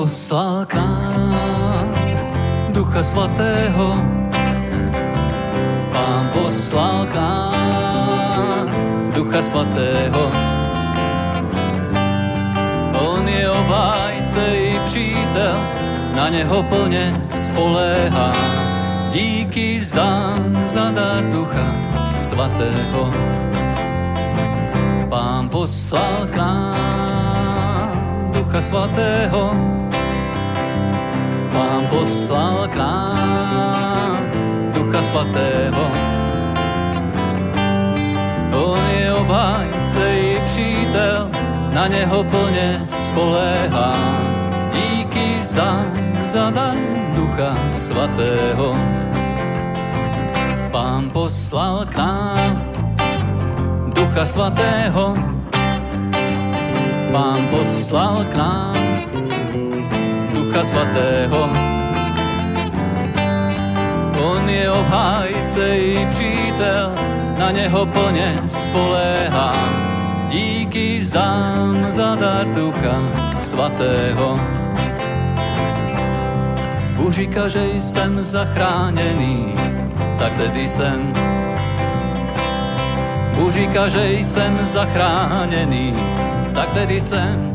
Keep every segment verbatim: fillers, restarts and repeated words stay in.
poslal k nám Ducha Svatého, Pán poslal k nám Ducha Svatého. On je obhájce i přítel, na něho plně spoléhám. Díky vzdám za dar Ducha Svatého. Pán poslal k nám Ducha Svatého, Pán poslal k nám Ducha Svatého. On je obhájce i přítel, na něho plně spoléhám. Díky vzdám za dar Ducha Svatého. Pán poslal k nám Ducha Svatého, Pán poslal k nám Ducha Svatého. On je obhájce i přítel, na něho plně spoléhám. Díky vzdám za dar Ducha Svatého. Bůh říká, že jsem zachráněný, tak tedy jsem. Bůh říká, že jsem zachráněný, tak tedy jsem.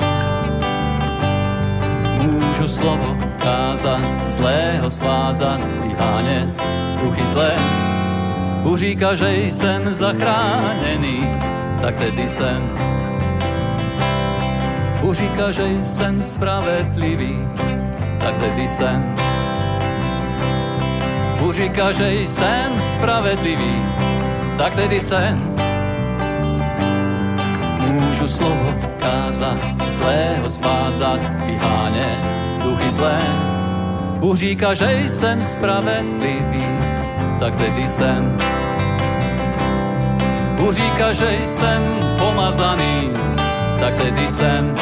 Můžu slovo kázat, zlého svázat, vyhánět duchy zlé. Bůh říká, že jsem zachráněný, tak tedy jsem. Bůh říká, že jsem spravedlivý, tak tedy jsem. Bůh říká, že jsem spravedlivý, tak tedy jsem. Můžu slovo kázat, zlého svázat, vyhánět duchy zlé. Bůh říká, že jsem spravedlivý, tak tedy jsem. Bůh říká, že jsem pomazaný, tak tedy jsem.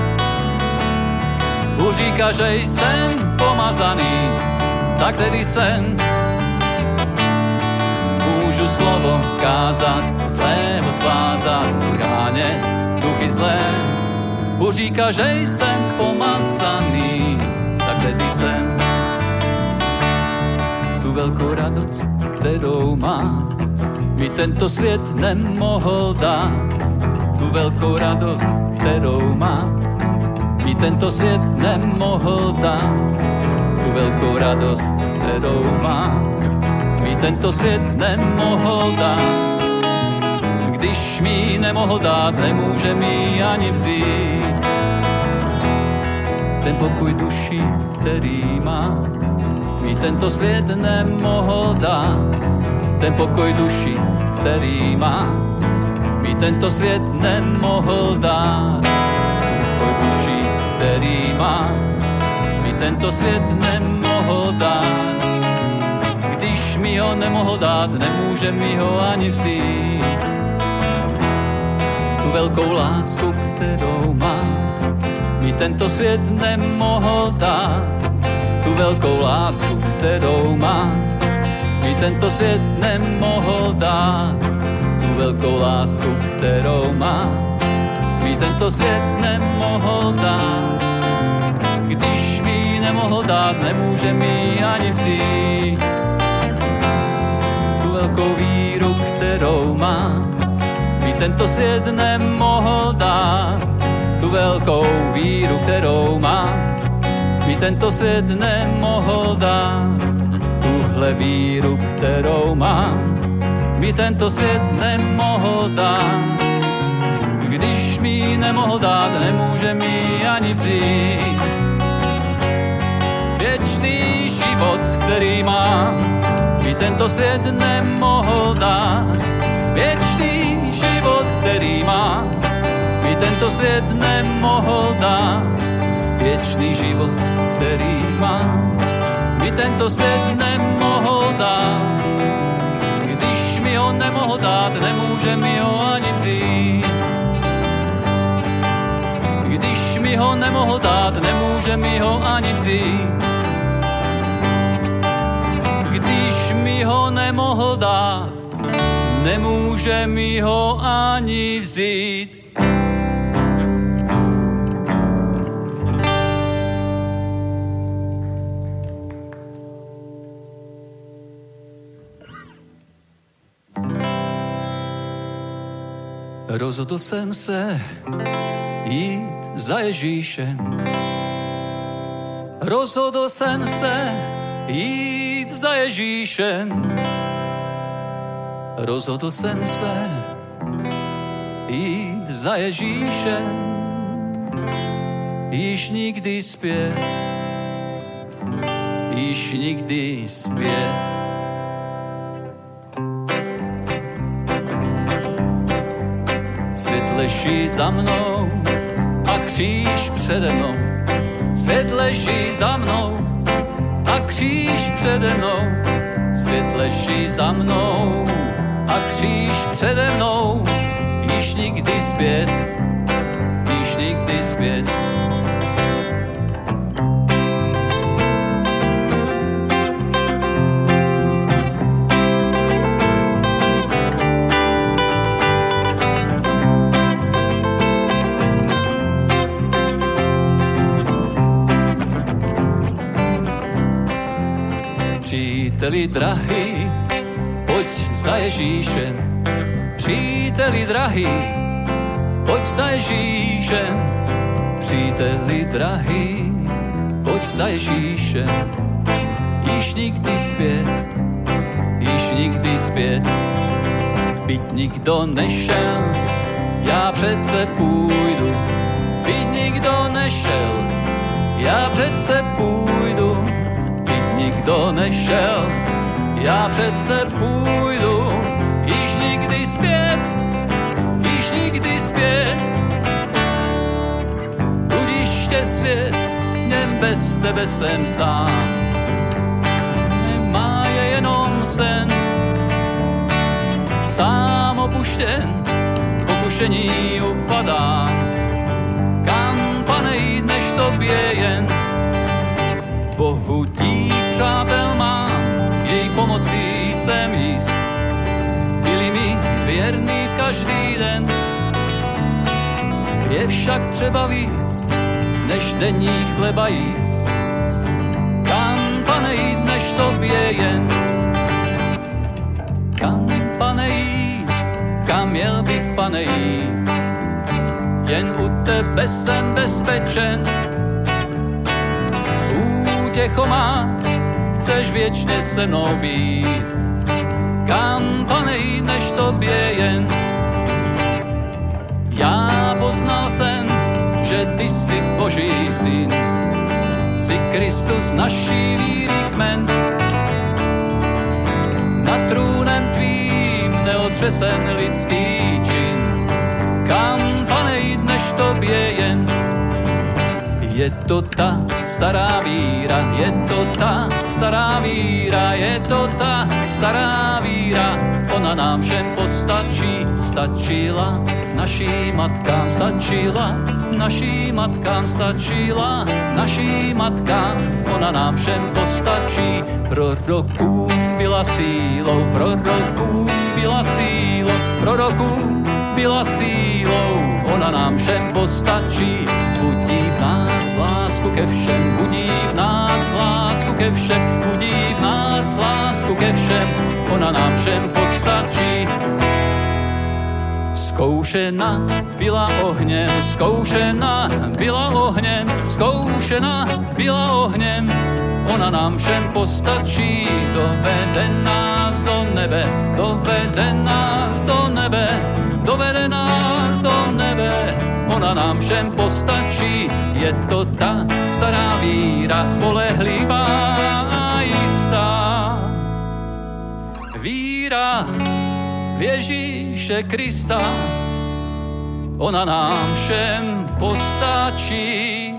Bůh říká, že jsem pomazaný, tak tedy jsem. Můžu slovo kázat, zlého svázat, vyhánět duchy zlé. Bůh říká, že jsem pomazaný, tak tedy jsem. Tu velkou radost, kterou mám, mi tento svět nemohl dát. Tu velkou radost, kterou mám, mi tento svět nemohl dát. Tu velkou radost, kterou mám, mi tento svět nemohl dát. Když mi nemohl dát, nemůže mi ani vzít. Ten pokoj duší, který mám, mi tento svět nemohl dát. Ten pokoj duší, který mám, mi tento svět nemohl dát. Pokoj duší, který mám, mi tento svět nemohl dát. Když mi ho nemohl dát, nemůže mi ho ani vzít. Tu velkou lásku, kterou mám, mi tento svět nemohl dát. Tu velkou lásku, kterou mám, mi tento svět nemohl dát. Tu velkou lásku, kterou mám, mi tento svět nemohl dát. Když mi nemohl dát, nemůže mi ani vzít. Tu velkou víru, kterou mám, mi tento svět nemohl dát. Tu velkou víru, kterou mám, mi tento svět nemohl dát. Tuhle víru, kterou mám, mi tento svět nemohl dát. Když mi nemohl dát, nemůže mi ani vzít. Věčný život, který mám, mi tento svět nemohl dát. Věčný život, který mám, mi tento svět nemohl dát. Věčný život, který mám, mi tento svět nemohl dát. Když mi ho nemohl dát, nemůže mi ho ani vzít. Když mi ho nemohl dát, nemůže mi ho ani vzít. Když mi ho nemohl dát, nemůže mi ho ani vzít. Rozhodl jsem se jít za Ježíšem. Rozhodl jsem se jít za Ježíšem. Rozhodl jsem se jít za Ježíšem. Již nikdy zpět, již nikdy zpět. Svět leží za mnou a kříž přede mnou. Svět leží za mnou a kříž přede mnou. Svět leží za mnou a kříž přede mnou. Již nikdy zpět, již nikdy zpět. Příteli drahý, pojď za Ježíšem. Příteli drahý, pojď za Ježíšem. Příteli drahý, pojď za Ježíšem. Již nikdy zpět, již nikdy zpět. Byť nikdo nešel, já přece půjdu. Byť nikdo nešel, já přece půjdu. Nikdo nešel, já přece půjdu, již nikdy zpět, již nikdy zpět. Budiště svět, něm bez tebe jsem sám. Má je jenom sen, sám opuštěn, pokušení upadám. Kam, Pane, jít, než tobě jen? Bohu dík, přátel mám, její pomocí jsem jist. Byli mi věrný v každý den. Je však třeba víc, než denní chleba jíst. Kam, Pane, jít, než tobě jen? Kam, Pane, jít, kam měl bych, Pane, jít? Jen u tebe jsem bezpečen. Těcho má, chceš věčně se mnou být. Kam, Pane, jít, než tobě jen? Já poznal jsem, že ty jsi Boží syn. Jsi Kristus naší víry kmen. Nad trůnem tvým neotřesen lidský čin. Kam, Pane, jít, než tobě jen? Je to ta stará víra, je to ta stará víra, je to ta stará víra. Ona nám všem postačí, stačila naším matkám, stačila naším matkám, stačila naším matkám. Ona nám všem postačí, prorokům byla sílou, prorokům byla sílou, prorokům byla sílou. Ona nám všem postačí, budí v nás lásku ke všem, budí v nás lásku ke všem, budí v nás lásku ke všem. Ona nám všem postačí. Zkoušena byla ohněm, zkoušena byla ohněm, zkoušena byla ohněm. Ona nám všem postačí, dovede nás do nebe, dovede nás do nebe, dovede nás do nebe. Ona nám všem postačí, je to ta stará víra, spolehlivá a jistá. Víra v Ježíše Krista, ona nám všem postačí.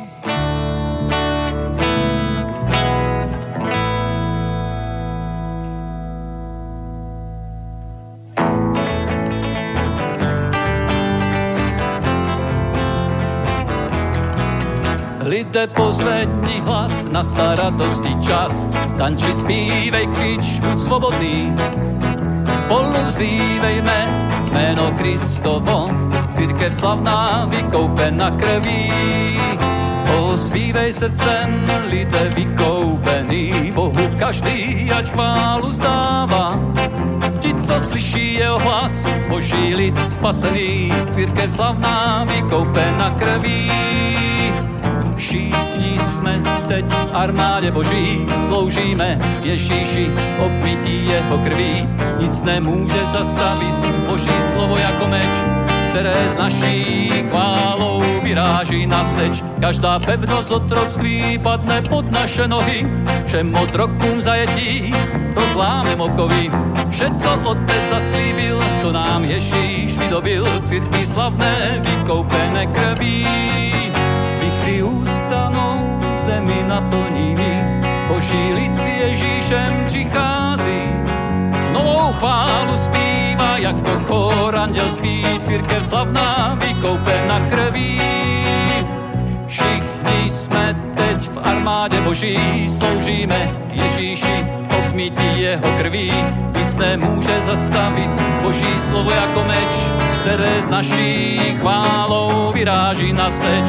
Lidé, pozvedni hlas, nastá radosti čas. Tanči, zpívej, křič, buď svobodný. Spolu vzívejme jméno Kristovo, církev slavná, vykoupena krví. Ozvívej srdcem, lidé vykoupený, Bohu každý ať chválu zdává. Ti, co slyší jeho hlas, boží lid spasený, církev slavná, vykoupena krví. Všichni jsme teď v armádě boží, sloužíme Ježíši, obmytí jeho krví. Nic nemůže zastavit boží slovo jako meč, které s naší chválou vyráží nás teď. Každá pevnost otroctví padne pod naše nohy, všem otrokům zajetí rozlámem okovy. Vše, co otec zaslíbil, to nám Ježíš vydobil, církví slavné, vykoupené krví. Vichry ustanou, zemi naplní mi, boží lid s Ježíšem přichází. Novou chválu zpívá jako chor andělský, církev slavná, vykoupena krví. Všichni jsme teď v armádě boží, sloužíme Ježíši, obmytí jeho krví. Nic nemůže zastavit boží slovo jako meč, které s naší chválou vyráží nás teď.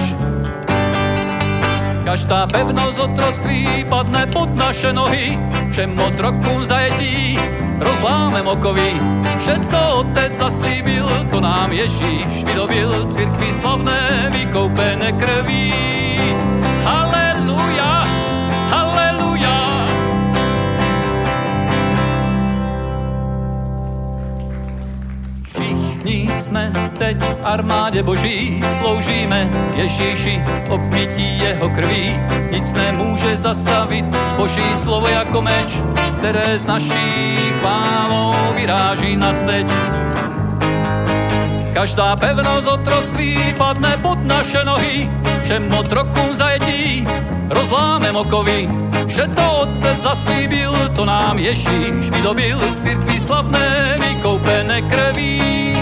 Každá pevnost otroctví padne pod naše nohy, všem otrokům zajetí rozlámem okovy. Vše, co otec zaslíbil, to nám Ježíš vydobil, církví slavné, vykoupené krví. Haleluja, haleluja. Všichni jsme teď v armádě boží, sloužíme Ježíši, obmytí jeho krví. Nic nemůže zastavit boží slovo jako meč, které s naší chválou vyráží nás teď. Každá pevnost otroctví padne pod naše nohy, všem otrokům zajetí rozlámem okovy. Že to otec zaslíbil, to nám Ježíš vydobil, církví slavné, vykoupené krví.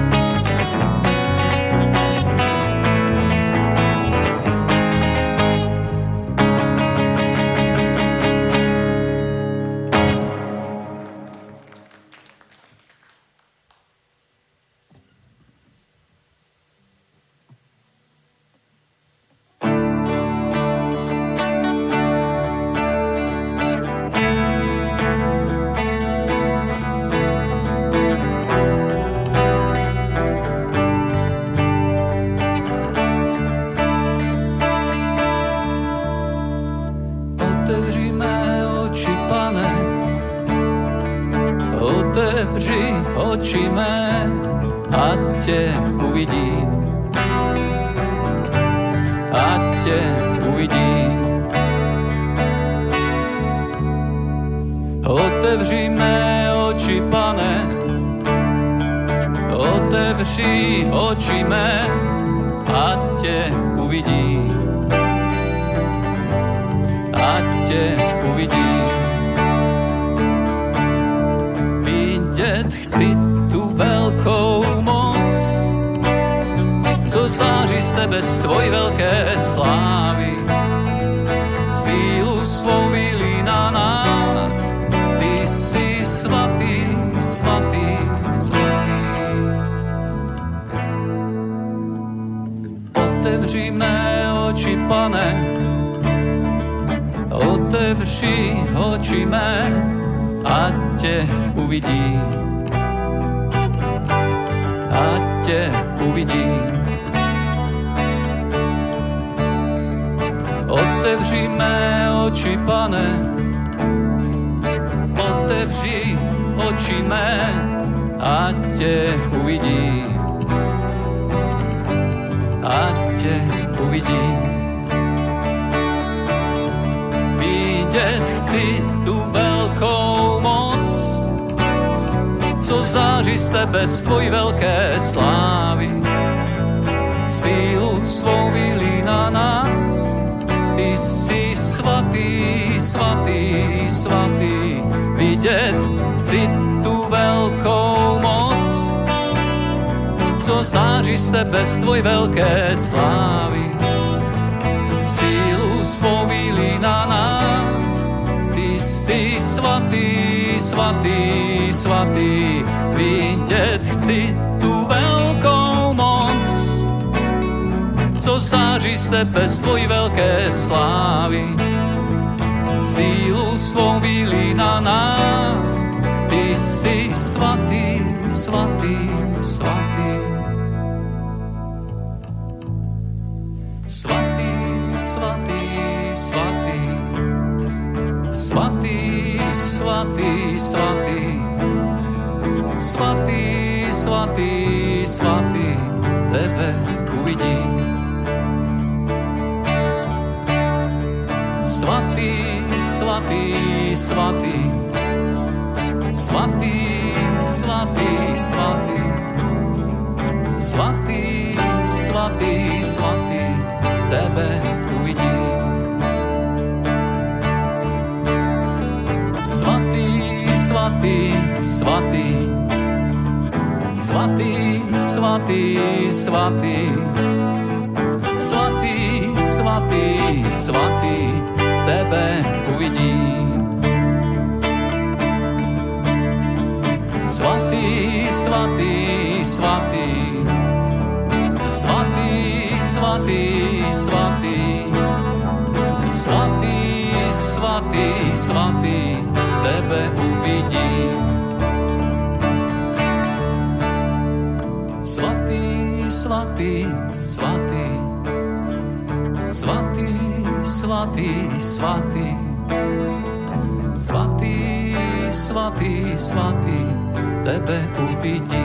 Oči mé, ať tě uvidím, ať tě uvidím. Otevři mé oči, Pane, otevři oči mé, ať tě uvidím, ať tě uvidím. Vidět chci tu velkou moc, co září z tebe z tvojí velké slávy. Sílu svou vylí na nás, ty jsi svatý, svatý, svatý. Otevři mé oči, Pane, otevři oči mé, ať tě uvidím, ať tě uvidím. Otevři mé oči, Pane, otevři oči mé, ať tě uvidím, ať tě uvidím. Vidět chci tu velkou moc, co září z tebe z tvojí velké slávy. Sílu svou vylí na nás, ty jsi svatý, svatý, svatý. Vidět chci tu velkou moc, co září z tebe z tvojí velké slávy. Sílu svou vylí na nás, ty jsi svatý, svatý, svatý. Vidět chci tu velkou moc, co září z tebe z tvojí velké slávy. Sílu svou vylí na nás, ty jsi svatý. Svatý, svatý, svatý, svatý, svatý, svatý, tebe uvidí. Svatý, svatý, svatý, svatý, svatý, svatý, svatý, svatý, svatý, tebe uvidí. Svatý, svatý, svatý, svatý, svatý, svatý, svatý, svatý, svatý, tebe uvidí. Svatý, svatý, svatý, svatý, svatý, svatý, svatý, svatý, svatý, tebe uvidí. Svatý, svatý, svatý, svatý, svatý, svatý, svatý, svatý, svatý, tebe uvidí.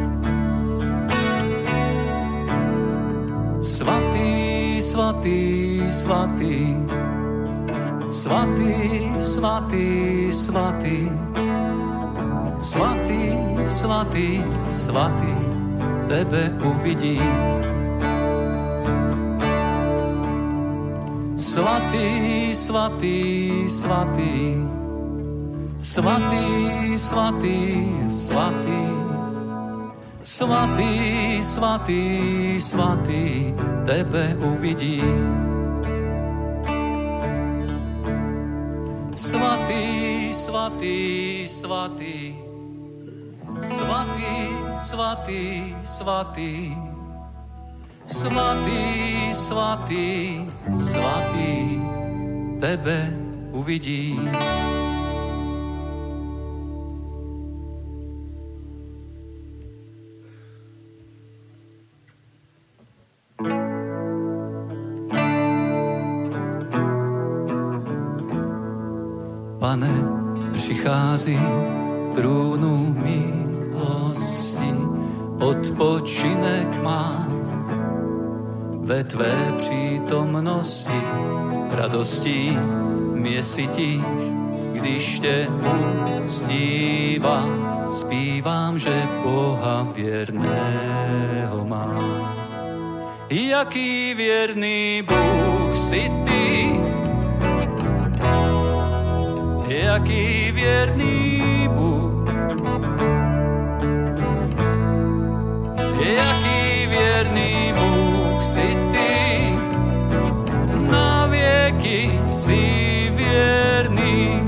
Svatý, svatý, svatý, svatý, svatý, svatý, svatý, svatý, svatý, tebe uvidí. Svatý, svatý, svatý, svatý, svatý, svatý, svatý, svatý, svatý, tebe uvidí. Svatý, svatý, svatý, svatý, svatý, svatý, svatý, svatý, svatý, tebe uvidí. Pane, přicházím k trůnu milosti, odpočinek mám ve tvé přítomnosti, radostí mě sytíš, když tě uctívám, zpívám, že Boha věrného mám. Jaký věrný Bůh si ty, jaký věrný Bůh, jaký věrný Bůh si ty, na věky si věrný.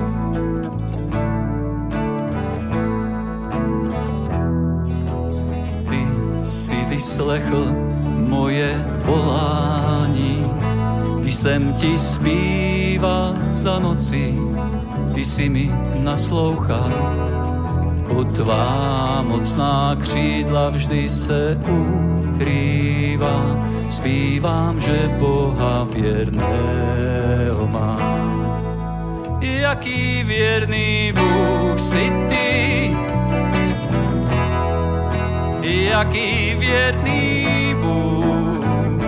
Ty si vyslechl moje volání, když jsem ti zpíval za noci, ty si mi naslouchal, pod tvá mocná křídla vždy se ukrývá, zpívám, že Boha věrného mám. Jaký věrný Bůh si ty, jaký věrný Bůh,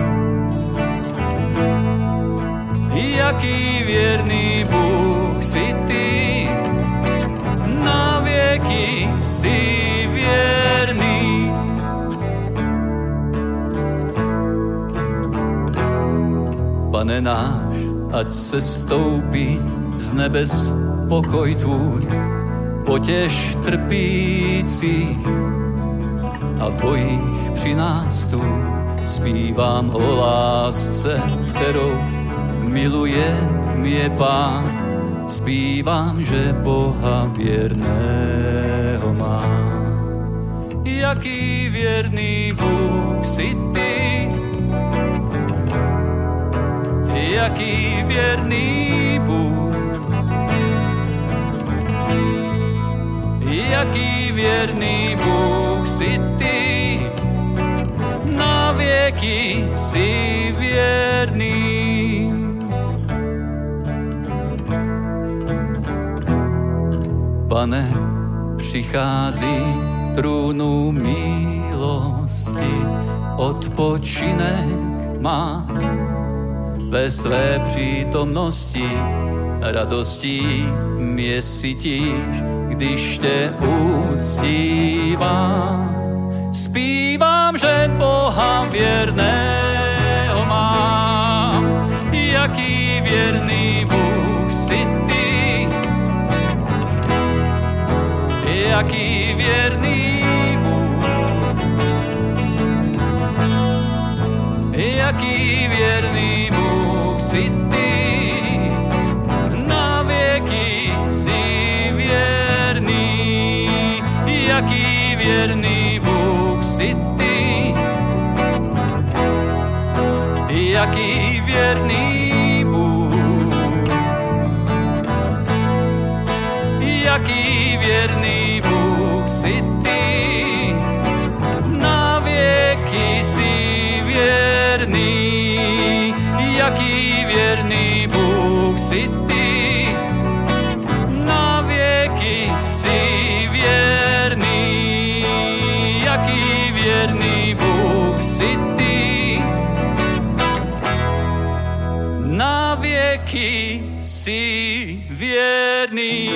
jaký věrný Bůh si ty, na věky si věrný. Pane náš, ať se stoupí z nebes pokoj tvůj, potěš trpících a v bojích při nás tu zpívám o lásce, kterou miluje mě Pán, zpívám, že Boha věrného mám. Jaký věrný Bůh si ty, jaký věrný Bůh, jaký věrný Bůh si ty, na věky si věrný. Pane, přichází k trůnu milosti, odpočinek má ve své přítomnosti, radostí mě sytíš, když tě uctívám. Zpívám, že Boha věrného mám, jaký věrný Bůh si ty, jaký věrný Bůh, jaký věrný Bůh si ty, na věky si věrný, jaký věrný Bůh si ty, jaký věrný Bůh, jaký věrný Bůh si ty, na věky si věrný, jaký věrný Bůh si ty, na věky si věrný, jaký věrný Bůh si ty, na věky si věrný.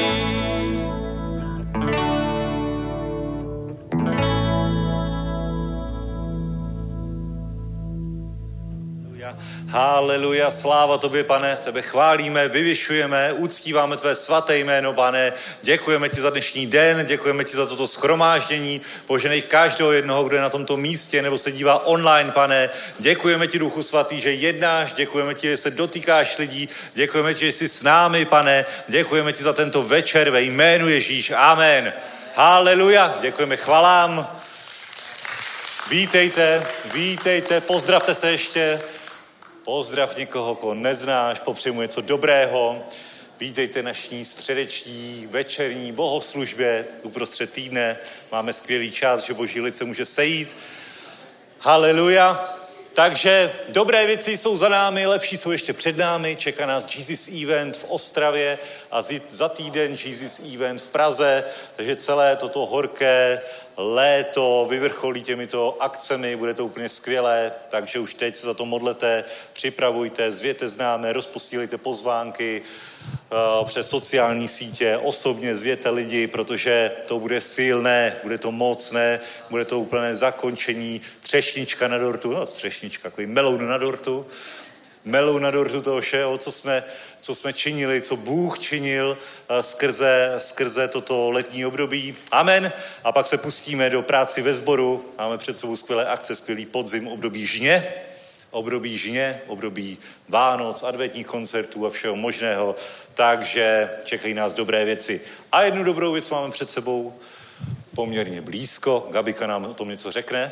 Haleluja, sláva tobě, Pane, tebe chválíme, vyvyšujeme, uctíváme tvé svaté jméno, Pane. Děkujeme ti za dnešní den, děkujeme ti za toto shromáždění. Poženej každého jednoho, kdo je na tomto místě nebo se dívá online, Pane. Děkujeme ti, Duchu svatý, že jednáš, děkujeme ti, že se dotýkáš lidí, děkujeme ti, že jsi s námi, Pane. Děkujeme ti za tento večer ve jménu Ježíš. Amen. Haleluja, děkujeme, chvalám. Vítejte, vítejte, pozdravte se ještě. Pozdrav někoho, koho neznáš, popřeji mu něco dobrého. Vítejte naší středeční, večerní bohoslužbě uprostřed týdne. Máme skvělý čas, že Boží lid se může sejít. Haleluja. Takže dobré věci jsou za námi, lepší jsou ještě před námi. Čeká nás Jesus Event v Ostravě a za týden Jesus Event v Praze. Takže celé toto horké léto vyvrcholí těmito akcemi, bude to úplně skvělé, takže už teď se za to modlete, připravujte, zvěte známé, rozposílejte pozvánky uh, přes sociální sítě, osobně zvěte lidi, protože to bude silné, bude to mocné, bude to úplné zakončení, třešnička na dortu, no třešnička, takový meloun na dortu, meloun na dortu toho všeho, co jsme, co jsme činili, co Bůh činil uh, skrze, skrze toto letní období. Amen. A pak se pustíme do práci ve sboru. Máme před sebou skvělé akce, skvělý podzim, období žně, období žně, období Vánoc, adventních koncertů a všeho možného. Takže čekají nás dobré věci. A jednu dobrou věc máme před sebou poměrně blízko. Gabika nám o tom něco řekne.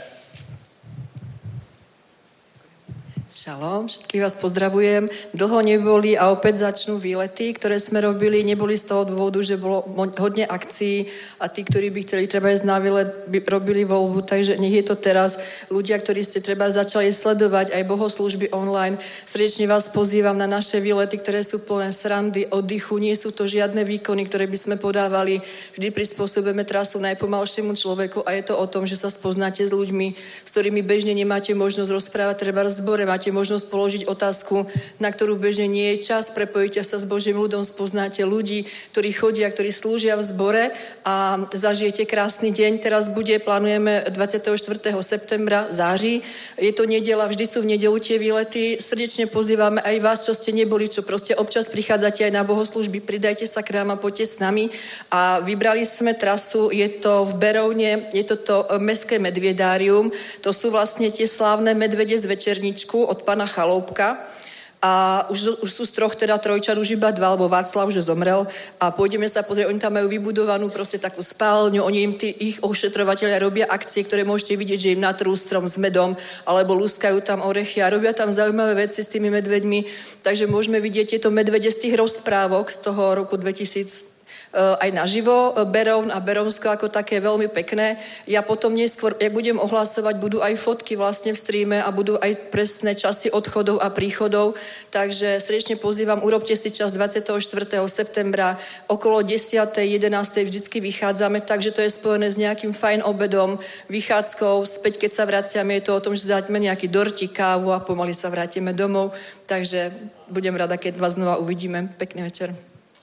Šalom, všetkých vás pozdravujem. Dlho neboli a opäť začnú výlety, ktoré sme robili. Neboli z toho dôvodu, že bolo hodne akcií a tí, ktorí by chceli treba ísť na výlet, by robili voľbu, takže nech je to teraz. Ľudia, ktorí ste treba začali sledovať aj bohoslúžby online, srdečne vás pozývam na naše výlety, ktoré sú plné srandy, oddychu. Nie sú to žiadne výkony, ktoré by sme podávali. Vždy prispôsobujeme trasu najpomalšiemu človeku a je to o tom, že sa spoznáte s ľuďmi, s ktorými bežne nemáte možnosť rozprávať, treba v zbore, máte možnosť položiť otázku, na ktorú bežne nie je čas, prepojíte sa s Božím ľudom, spoznáte ľudí, ktorí chodia, ktorí slúžia v zbore a zažijete krásny deň. Teraz bude, plánujeme dvadsiateho štvrtého septembra, září. Je to nedeľa, vždy sú v nedeľu tie výlety. Srdečne pozývame aj vás, čo ste neboli, čo proste občas prichádzate aj na bohoslúžby, pridajte sa k nám a poďte s nami. A vybrali sme trasu, je to v Beroune, je to to mestské medviedárium. To sú vlastne tie slávne medvede z Večerničku od pana Chaloupka a už, už sú z troch teda trojčat už iba dva, lebo Václav už zomrel a pôjdeme sa pozrieť, oni tam majú vybudovanú proste takú spálňu, oni im tí, ich ošetrovatelia robia akcie, ktoré môžete vidieť, že im natrú strom s medom alebo lúskajú tam orechy a robia tam zaujímavé veci s tými medveďmi, takže môžeme vidieť tieto medvede z tých rozprávok z toho roku dvetisíc aj naživo. Beroun a Berounsko ako také veľmi pekné. Ja potom neskôr, jak budem ohlasovať, budú aj fotky vlastne v streame a budú aj presné časy odchodov a príchodov. Takže srdečne pozývam, urobte si čas dvadsiateho štvrtého septembra okolo desiatej jedenástej vždycky vychádzame, takže to je spojené s nejakým fajn obedom, vychádzkou, späť keď sa vraciame, je to o tom, že dáme nejaký dortík, kávu a pomaly sa vrátime domov. Takže budem rada, keď vás znova uvidíme. Pekný večer.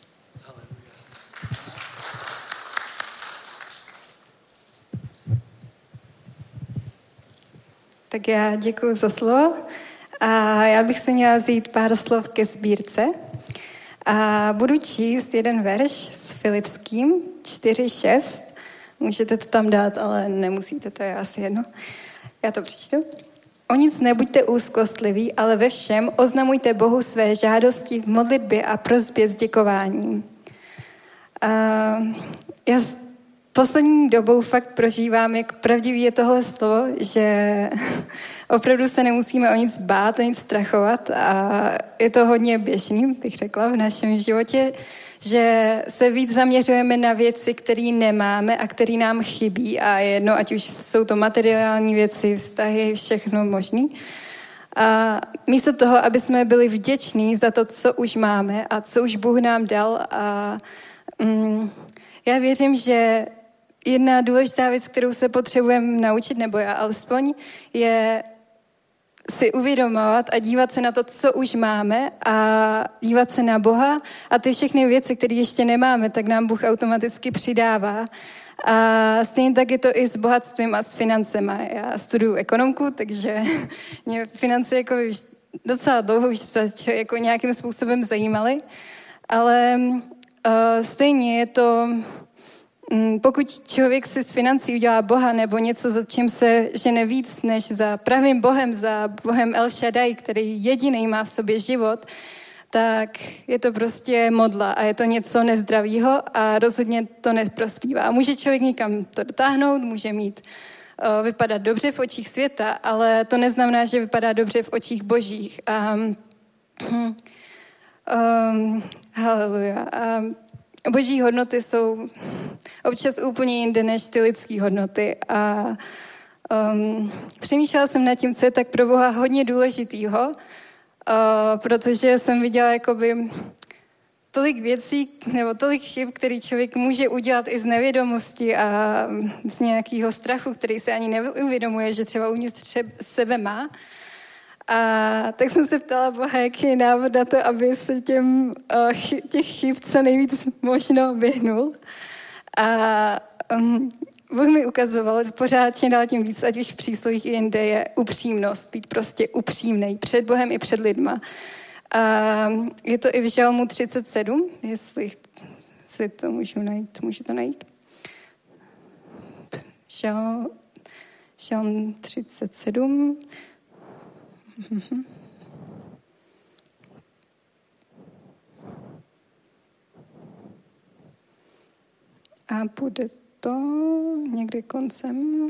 Tak já děkuji za slovo a já bych si měla vzít pár slov ke sbírce a budu číst jeden verš s Filipským čtyři šest. Můžete to tam dát, ale nemusíte, to je asi jedno. Já to přečtu. O nic nebuďte úzkostliví, ale ve všem oznamujte Bohu své žádosti v modlitbě a prosbě s děkováním. A já poslední dobou fakt prožívám, jak pravdivý je tohle slovo, že opravdu se nemusíme o nic bát, o nic strachovat a je to hodně běžný, bych řekla, v našem životě, že se víc zaměřujeme na věci, které nemáme a které nám chybí a jedno, ať už jsou to materiální věci, vztahy, všechno možný. A místo toho, aby jsme byli vděční za to, co už máme a co už Bůh nám dal a mm, já věřím, že jedna důležitá věc, kterou se potřebujeme naučit, nebo já alespoň, je si uvědomovat a dívat se na to, co už máme a dívat se na Boha a ty všechny věci, které ještě nemáme, tak nám Bůh automaticky přidává. A stejně tak je to i s bohatstvím a s financema. Já studuju ekonomku, takže mě finance jako už docela dlouho už se jako nějakým způsobem zajímaly, ale uh, stejně je to... Pokud člověk si z financí udělá Boha nebo něco, za čím se žene víc než za pravým Bohem, za Bohem El Shaddai, který jediný má v sobě život, tak je to prostě modla a je to něco nezdravýho a rozhodně to neprospívá. Může člověk někam to dotáhnout, může mít, uh, vypadat dobře v očích světa, ale to neznamená, že vypadá dobře v očích božích. Um, um, haleluja. Um, Boží hodnoty jsou občas úplně jinde než ty lidské hodnoty a um, přemýšlela jsem nad tím, co je tak pro Boha hodně důležitýho, uh, protože jsem viděla jakoby tolik věcí nebo tolik chyb, který člověk může udělat i z nevědomosti a z nějakého strachu, který se ani neuvědomuje, že třeba uvnitř sebe má. A tak jsem se ptala Boha, jaký je návod na to, aby se těm, uh, chy, těch chyb co nejvíc možno vyhnul. A um, Bůh mi ukazoval pořád čím dál tím víc, ať už v příslovích i jinde, je upřímnost, být prostě upřímnej před Bohem i před lidma. A je to i v Žalmu třicet sedm, jestli si to můžu najít, můžu to najít. Žal, Žalm třicet sedm. A bude to někdy koncem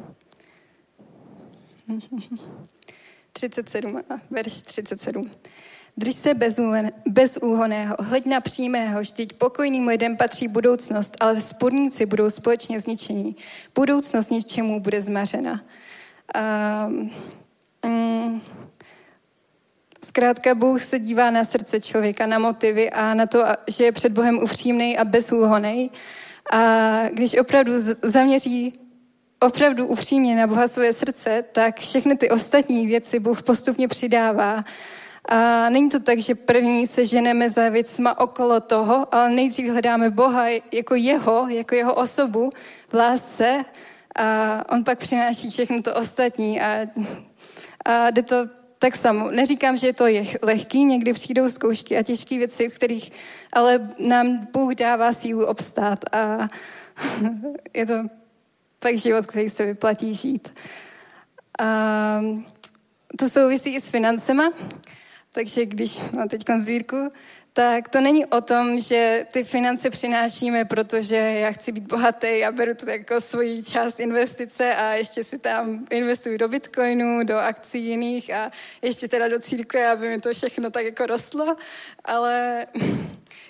třicet sedm, verš třicet sedm. Drž se bezúhonného, hleď na přímého, vždyť pokojným lidem patří budoucnost, ale vzpůrníci budou společně zničení. Budoucnost ničemu bude zmařena. Um, um, Zkrátka Bůh se dívá na srdce člověka, na motivy a na to, že je před Bohem upřímnej a bezúhonej. A když opravdu zaměří opravdu upřímně na Boha své srdce, tak všechny ty ostatní věci Bůh postupně přidává. A není to tak, že první se ženeme za věcma okolo toho, ale nejdřív hledáme Boha jako jeho, jako jeho osobu v lásce a on pak přináší všechno to ostatní a, a jde to tak samo. Neříkám, že je to lehký, někdy přijdou zkoušky a těžké věci, v kterých ale nám Bůh dává sílu obstát a je to pak život, který se vyplatí žít. A to souvisí i s financema, takže když mám teď sbírku, tak to není o tom, že ty finance přinášíme, protože já chci být bohatý a beru to jako svoji část investice a ještě si tam investuju do bitcoinu, do akcí jiných a ještě teda do církve, aby mi to všechno tak jako rostlo, ale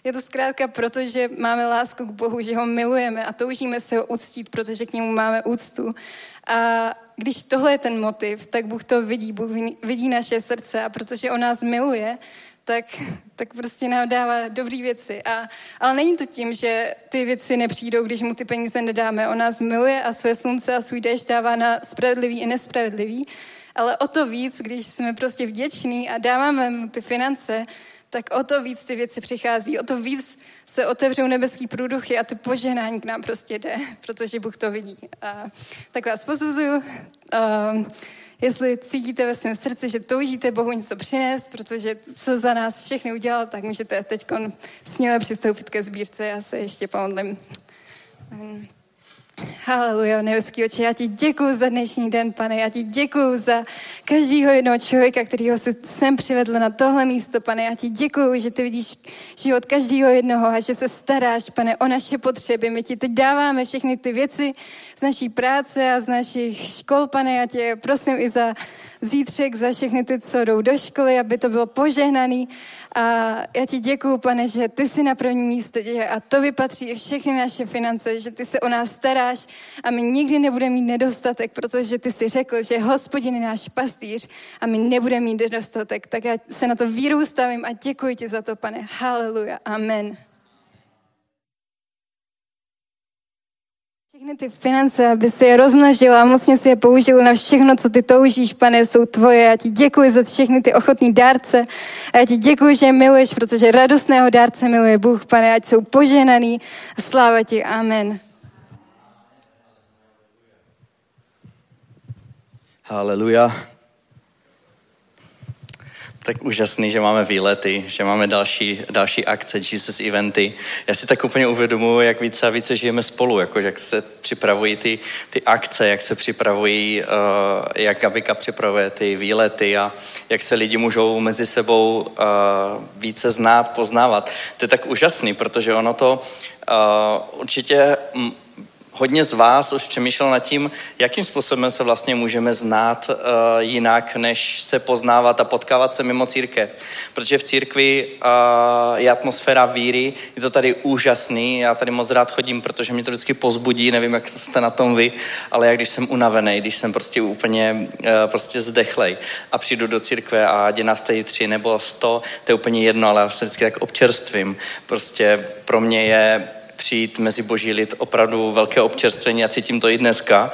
Je to zkrátka proto, že máme lásku k Bohu, že ho milujeme a toužíme se ho uctít, protože k němu máme úctu. A když tohle je ten motiv, tak Bůh to vidí, Bůh vidí naše srdce a protože on nás miluje, tak, tak prostě nám dává dobrý věci. A, ale není to tím, že ty věci nepřijdou, když mu ty peníze nedáme. On nás miluje a své slunce a svůj déšť dává na spravedlivý i nespravedlivý. Ale o to víc, když jsme prostě vděční a dáváme mu ty finance, tak o to víc ty věci přichází, o to víc se otevřou nebeský průduchy a to požehnání k nám prostě jde, protože Bůh to vidí. A tak vás pozbuzuju, jestli cítíte ve svém srdci, že toužíte Bohu něco přinést, protože co za nás všechny udělal, tak můžete teď směle přistoupit ke sbírce. Já se ještě pomodlím. Haleluja, nebeský Otče, já ti děkuju za dnešní den, Pane, já ti děkuju za každého jednoho člověka, kterýho jsi sem přivedl na tohle místo, Pane, já ti děkuju, že ty vidíš život každého jednoho a že se staráš, Pane, o naše potřeby. My ti teď dáváme všechny ty věci z naší práce a z našich škol, Pane, já tě prosím i za zítřek, za všechny ty, co jdou do školy, aby to bylo požehnaný. A já ti děkuju, Pane, že ty jsi na prvním místě a to vypatří i všechny naše finance, že ty se o nás staráš a my nikdy nebudeme mít nedostatek, protože ty jsi řekl, že Hospodin je náš pastýř a my nebudeme mít nedostatek. Tak já se na to víru stavím a děkuji ti za to, Pane. Haleluja. Amen. Všechny ty finance, aby si je rozmnožila a mocně si je použil na všechno, co ty toužíš, Pane, jsou tvoje. Já ti děkuji za všechny ty ochotný dárce a já ti děkuji, že je miluješ, protože radostného dárce miluje Bůh, Pane, ať jsou požehnaný a sláva ti. Amen. Haleluja. Tak úžasný, že máme výlety, že máme další, další akce, Jesus eventy. Já si tak úplně uvědomuji, jak více a více žijeme spolu, jako jak se připravují ty, ty akce, jak se připravují, uh, jak Gabika připravuje ty výlety a jak se lidi můžou mezi sebou uh, více znát, poznávat. To je tak úžasný, protože ono to uh, určitě... M- Hodně z vás už přemýšlel nad tím, jakým způsobem se vlastně můžeme znát uh, jinak, než se poznávat a potkávat se mimo církev. Protože v církvi uh, je atmosféra víry, je to tady úžasný, já tady moc rád chodím, protože mě to vždycky pozbudí, nevím, jak jste na tom vy, ale já když jsem unavený, když jsem prostě úplně uh, prostě zdechlej a přijdu do církve a ať je nás tady tři nebo sto, to je úplně jedno, ale já se vždycky tak občerstvím. Prostě pro mě je přijít mezi boží lid opravdu velké občerstvení a cítím to i dneska.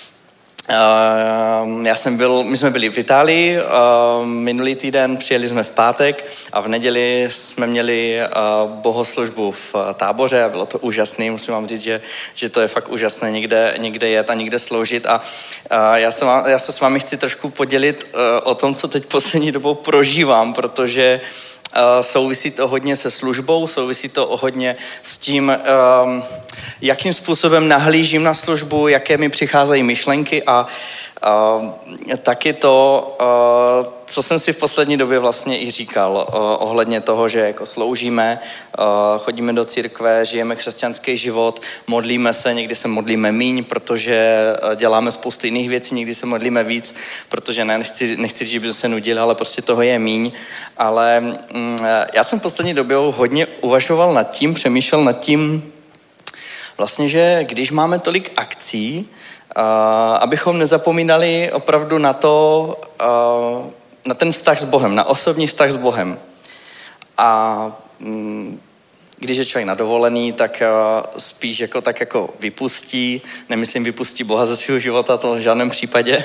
Uh, já jsem byl, my jsme byli v Itálii, uh, minulý týden přijeli jsme v pátek a v neděli jsme měli uh, bohoslužbu v uh, táboře a bylo to úžasné, musím vám říct, že, že to je fakt úžasné někde, někde jet a někde sloužit a uh, já, se vám, já se s vámi chci trošku podělit uh, o tom, co teď poslední dobou prožívám, protože Uh, souvisí to hodně se službou, souvisí to hodně s tím, um, jakým způsobem nahlížím na službu, jaké mi přicházejí myšlenky a uh, taky to, uh, co jsem si v poslední době vlastně i říkal uh, ohledně toho, že jako sloužíme, uh, chodíme do církve, žijeme křesťanský život, modlíme se, někdy se modlíme míň, protože děláme spoustu jiných věcí, někdy se modlíme víc, protože ne, nechci, nechci říct, že by se nudili, ale prostě toho je míň, ale um, já jsem v poslední době hodně uvažoval nad tím, přemýšlel nad tím, vlastně, že když máme tolik akcí, uh, abychom nezapomínali opravdu na to, uh, na ten vztah s Bohem, na osobní vztah s Bohem. A um, když je člověk na dovolený, tak uh, spíš jako tak jako vypustí, nemyslím vypustí Boha ze svého života, to v žádném případě,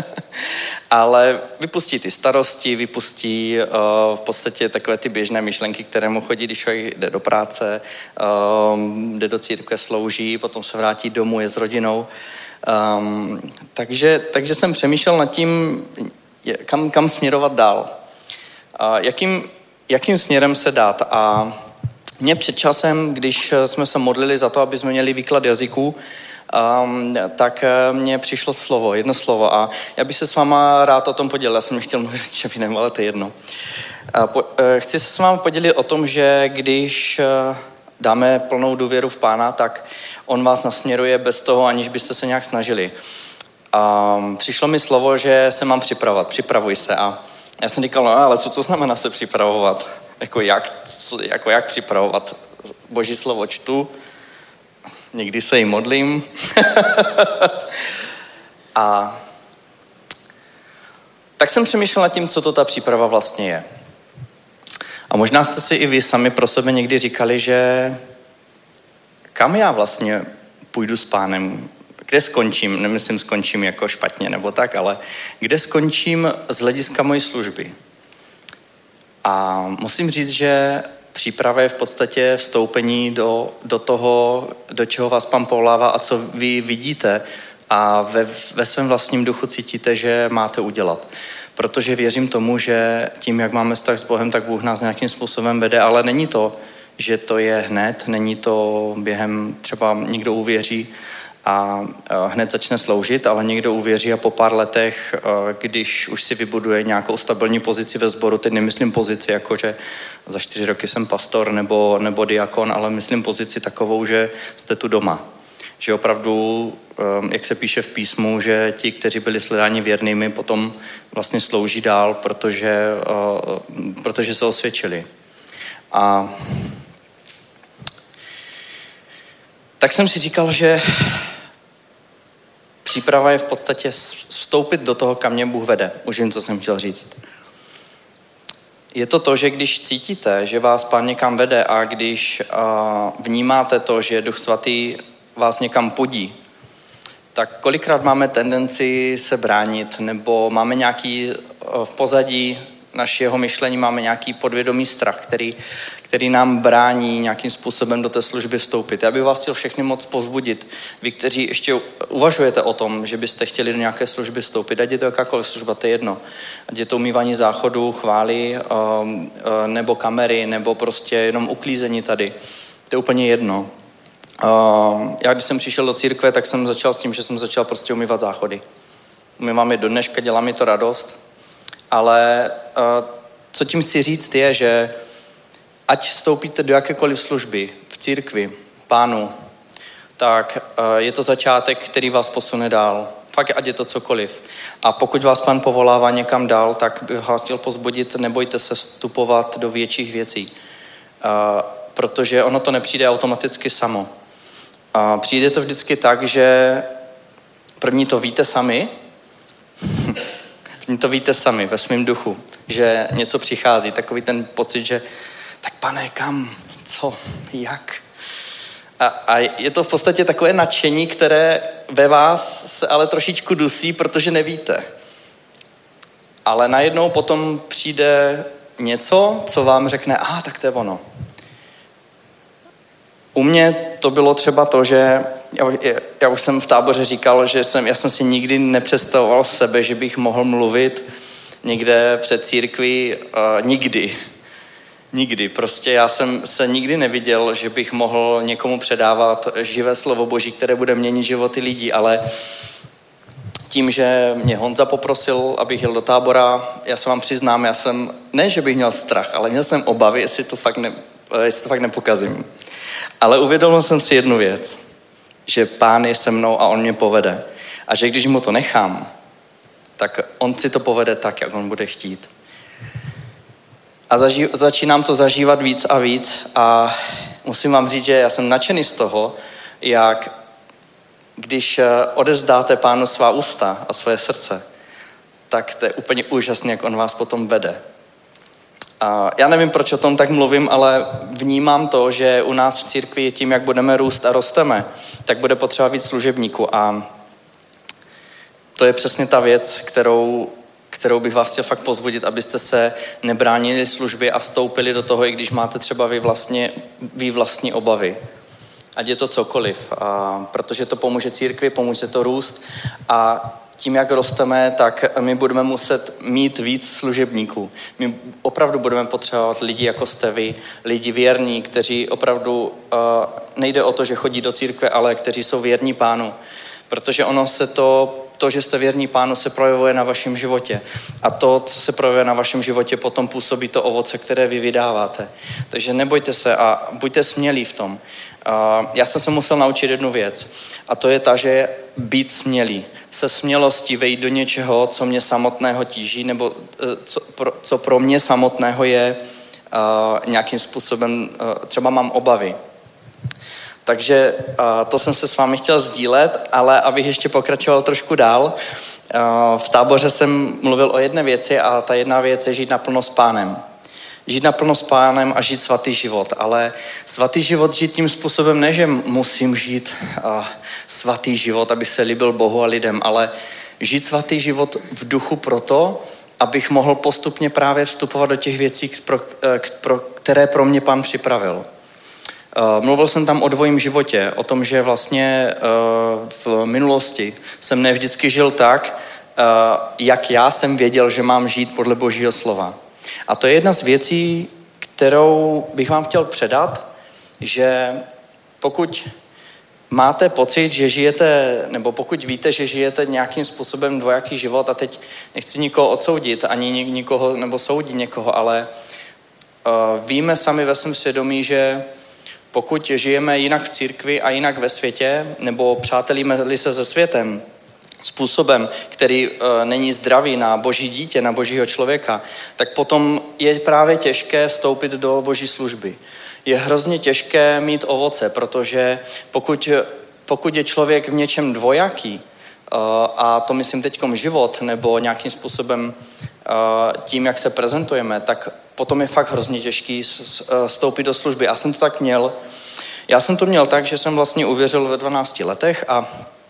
ale vypustí ty starosti, vypustí uh, v podstatě takové ty běžné myšlenky, které mu chodí, když člověk jde do práce, uh, jde do církve, slouží, potom se vrátí domů, je s rodinou. Um, takže, takže jsem přemýšlel nad tím, kam, kam směrovat dál. Uh, jakým, jakým směrem se dát. A mě před časem, když jsme se modlili za to, aby jsme měli výklad jazyků, um, tak mně přišlo slovo, jedno slovo a já bych se s váma rád o tom podělil. Já jsem nechtěl mluvit čepinem, ale to je jedno. Uh, po, uh, chci se s vámi podělit o tom, že když uh, dáme plnou důvěru v Pána, tak on vás nasměruje bez toho, aniž byste se nějak snažili. Um, přišlo mi slovo, že se mám připravovat, připravuj se a já jsem říkal, no ale co to znamená se připravovat? jako jak, jako jak připravovat Boží slovo čtu, někdy se jí modlím. A tak jsem přemýšlel nad tím, co to ta příprava vlastně je. A možná jste si i vy sami pro sebe někdy říkali, že kam já vlastně půjdu s Pánem, kde skončím, nemyslím skončím jako špatně nebo tak, ale kde skončím z hlediska mojí služby. A musím říct, že příprava je v podstatě vstoupení do, do toho, do čeho vás Pán povolává a co vy vidíte a ve, ve svém vlastním duchu cítíte, že máte udělat. Protože věřím tomu, že tím, jak máme vztah s Bohem, tak Bůh nás nějakým způsobem vede, ale není to, že to je hned, není to během, třeba někdo uvěří a hned začne sloužit, ale někdo uvěří a po pár letech, když už si vybuduje nějakou stabilní pozici ve sboru, teď nemyslím pozici jako, že za čtyři roky jsem pastor nebo, nebo diakon, ale myslím pozici takovou, že jste tu doma. Že opravdu, jak se píše v písmu, že ti, kteří byli shledáni věrnými, potom vlastně slouží dál, protože, protože se osvědčili. A tak jsem si říkal, že příprava je v podstatě vstoupit do toho, kam mě Bůh vede. Už vím, co jsem chtěl říct. Je to to, že když cítíte, že vás Pán někam vede a když vnímáte to, že Duch Svatý vás někam podí, tak kolikrát máme tendenci se bránit, nebo máme nějaký v pozadí našeho myšlení, máme nějaký podvědomý strach, který, který nám brání nějakým způsobem do té služby vstoupit. Já bych vás chtěl všechny moc povzbudit. Vy, kteří ještě uvažujete o tom, že byste chtěli do nějaké služby vstoupit, ať je to jakákoliv služba, to je jedno. Ať je to umývání záchodu, chvály, nebo kamery, nebo prostě jenom uklízení tady. To je úplně jedno. Já, když jsem přišel do církve, tak jsem začal s tím, že jsem začal prostě umývat záchody. Umývám je do dneška, dělá mi to radost. Ale co tím chci říct je, že ať vstoupíte do jakékoliv služby v církvi, Pánu, tak je to začátek, který vás posune dál. Fakt, ať je to cokoliv. A pokud vás Pán povolává někam dál, tak bych vás chtěl pozbudit, nebojte se vstupovat do větších věcí. Protože ono to nepřijde automaticky samo. Přijde to vždycky tak, že první to víte sami, to víte sami ve svém duchu, že něco přichází, takový ten pocit, že tak Pane, kam, co, jak? A, a je to v podstatě takové nadšení, které ve vás se ale trošičku dusí, protože nevíte. Ale najednou potom přijde něco, co vám řekne, aha, tak to je ono. U mě to bylo třeba to, že já, já už jsem v táboře říkal, že jsem, já jsem si nikdy nepředstavoval sebe, že bych mohl mluvit někde před církví, uh, nikdy. Nikdy. Prostě já jsem se nikdy neviděl, že bych mohl někomu předávat živé slovo Boží, které bude měnit životy lidí, ale tím, že mě Honza poprosil, abych jel do tábora, já se vám přiznám, já jsem, ne, že bych měl strach, ale měl jsem obavy, jestli to fakt, ne, jestli to fakt nepokazím. Ale uvědomil jsem si jednu věc, že Pán je se mnou a on mě povede. A že když mu to nechám, tak on si to povede tak, jak on bude chtít. A zaži- začínám to zažívat víc a víc a musím vám říct, že já jsem nadšený z toho, jak když odezdáte Pánu svá ústa a své srdce, tak to je úplně úžasné, jak on vás potom vede. A já nevím, proč o tom tak mluvím, ale vnímám to, že u nás v církvi tím, jak budeme růst a rosteme, tak bude potřeba víc služebníků. A to je přesně ta věc, kterou, kterou bych vás chtěl fakt pozbudit, abyste se nebránili službě a stoupili do toho, i když máte třeba vy, vlastně, vy vlastní obavy. Ať je to cokoliv. A protože to pomůže církvi, pomůže to růst a tím, jak rosteme, tak my budeme muset mít víc služebníků. My opravdu budeme potřebovat lidi jako jste vy, lidi věrní, kteří opravdu, uh, nejde o to, že chodí do církve, ale kteří jsou věrní Pánu. Protože ono se to, to, že jste věrní Pánu, se projevuje na vašem životě. A to, co se projevuje na vašem životě, potom působí to ovoce, které vy vydáváte. Takže nebojte se a buďte smělí v tom. Uh, já jsem se musel naučit jednu věc. A to je ta, že být smělý. Se smělostí vejít do něčeho, co mě samotného tíží, nebo uh, co, pro, co pro mě samotného je nějakým způsobem třeba mám obavy. Takže to jsem se s vámi chtěl sdílet, ale abych ještě pokračoval trošku dál, v táboře jsem mluvil o jedné věci a ta jedna věc je žít naplno s Pánem. Žít naplno s Pánem a žít svatý život, ale svatý život žít tím způsobem ne, že musím žít svatý život, aby se líbil Bohu a lidem, ale žít svatý život v duchu proto, abych mohl postupně právě vstupovat do těch věcí, pro, pro, které pro mě Pán připravil. Mluvil jsem tam o dvojím životě, o tom, že vlastně v minulosti jsem ne vždycky žil tak, jak já jsem věděl, že mám žít podle Božího slova. A to je jedna z věcí, kterou bych vám chtěl předat, že pokud máte pocit, že žijete, nebo pokud víte, že žijete nějakým způsobem dvojaký život, a teď nechci nikoho odsoudit, ani nikoho, nebo soudit někoho, ale uh, víme sami ve svém svědomí, že pokud žijeme jinak v církvi a jinak ve světě, nebo přátelíme-li se se světem, způsobem, který uh, není zdravý na Boží dítě, na Božího člověka, tak potom je právě těžké vstoupit do Boží služby. Je hrozně těžké mít ovoce, protože pokud, pokud je člověk v něčem dvojaký, uh, a to myslím teďkom život, nebo nějakým způsobem uh, tím, jak se prezentujeme, tak potom je fakt hrozně těžký vstoupit do služby. Já jsem to tak měl. Já jsem to měl tak, že jsem vlastně uvěřil ve dvanácti letech a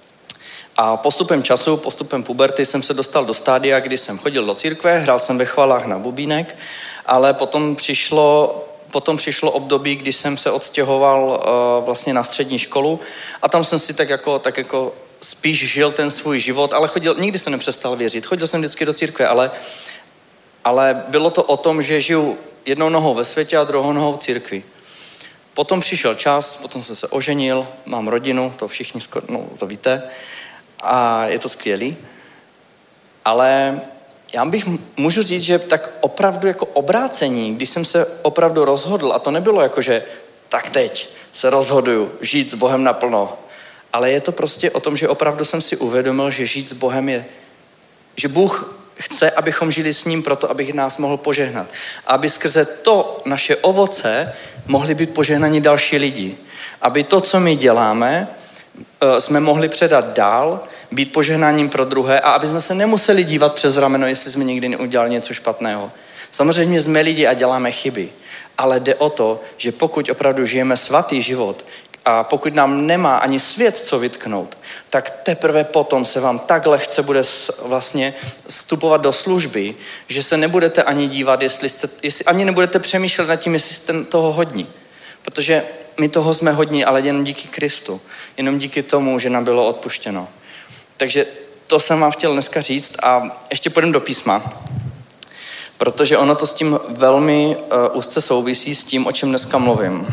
A postupem času, postupem puberty jsem se dostal do stádia, kdy jsem chodil do církve, hrál jsem ve chvalách na bubínek, ale potom přišlo, potom přišlo období, kdy jsem se odstěhoval uh, vlastně na střední školu a tam jsem si tak jako, tak jako spíš žil ten svůj život, ale chodil, nikdy jsem nepřestal věřit. Chodil jsem vždycky do církve, ale, ale bylo to o tom, že žiju jednou nohou ve světě a druhou nohou v církvi. Potom přišel čas, potom jsem se oženil, mám rodinu, to všichni skoro, no, to víte, a je to skvělý, ale já bych můžu říct, že tak opravdu jako obrácení, když jsem se opravdu rozhodl, a to nebylo jako, že tak teď se rozhoduju žít s Bohem naplno, ale je to prostě o tom, že opravdu jsem si uvědomil, že žít s Bohem je, že Bůh chce, abychom žili s ním proto, aby nás mohl požehnat. A aby skrze to naše ovoce mohli být požehnaní další lidi. Aby to, co my děláme, jsme mohli předat dál, být požehnáním pro druhé a aby jsme se nemuseli dívat přes rameno, jestli jsme někdy neudělali něco špatného. Samozřejmě jsme lidi a děláme chyby, ale jde o to, že pokud opravdu žijeme svatý život a pokud nám nemá ani svět co vytknout, tak teprve potom se vám tak lehce bude vlastně vstupovat do služby, že se nebudete ani dívat, jestli, jste, jestli ani nebudete přemýšlet nad tím, jestli jste toho hodní. Protože my toho jsme hodní, ale jenom díky Kristu. Jenom díky tomu, že nám bylo odpuštěno. Takže to jsem vám chtěl dneska říct a ještě půjdeme do písma. Protože ono to s tím velmi uh, úzce souvisí s tím, o čem dneska mluvím.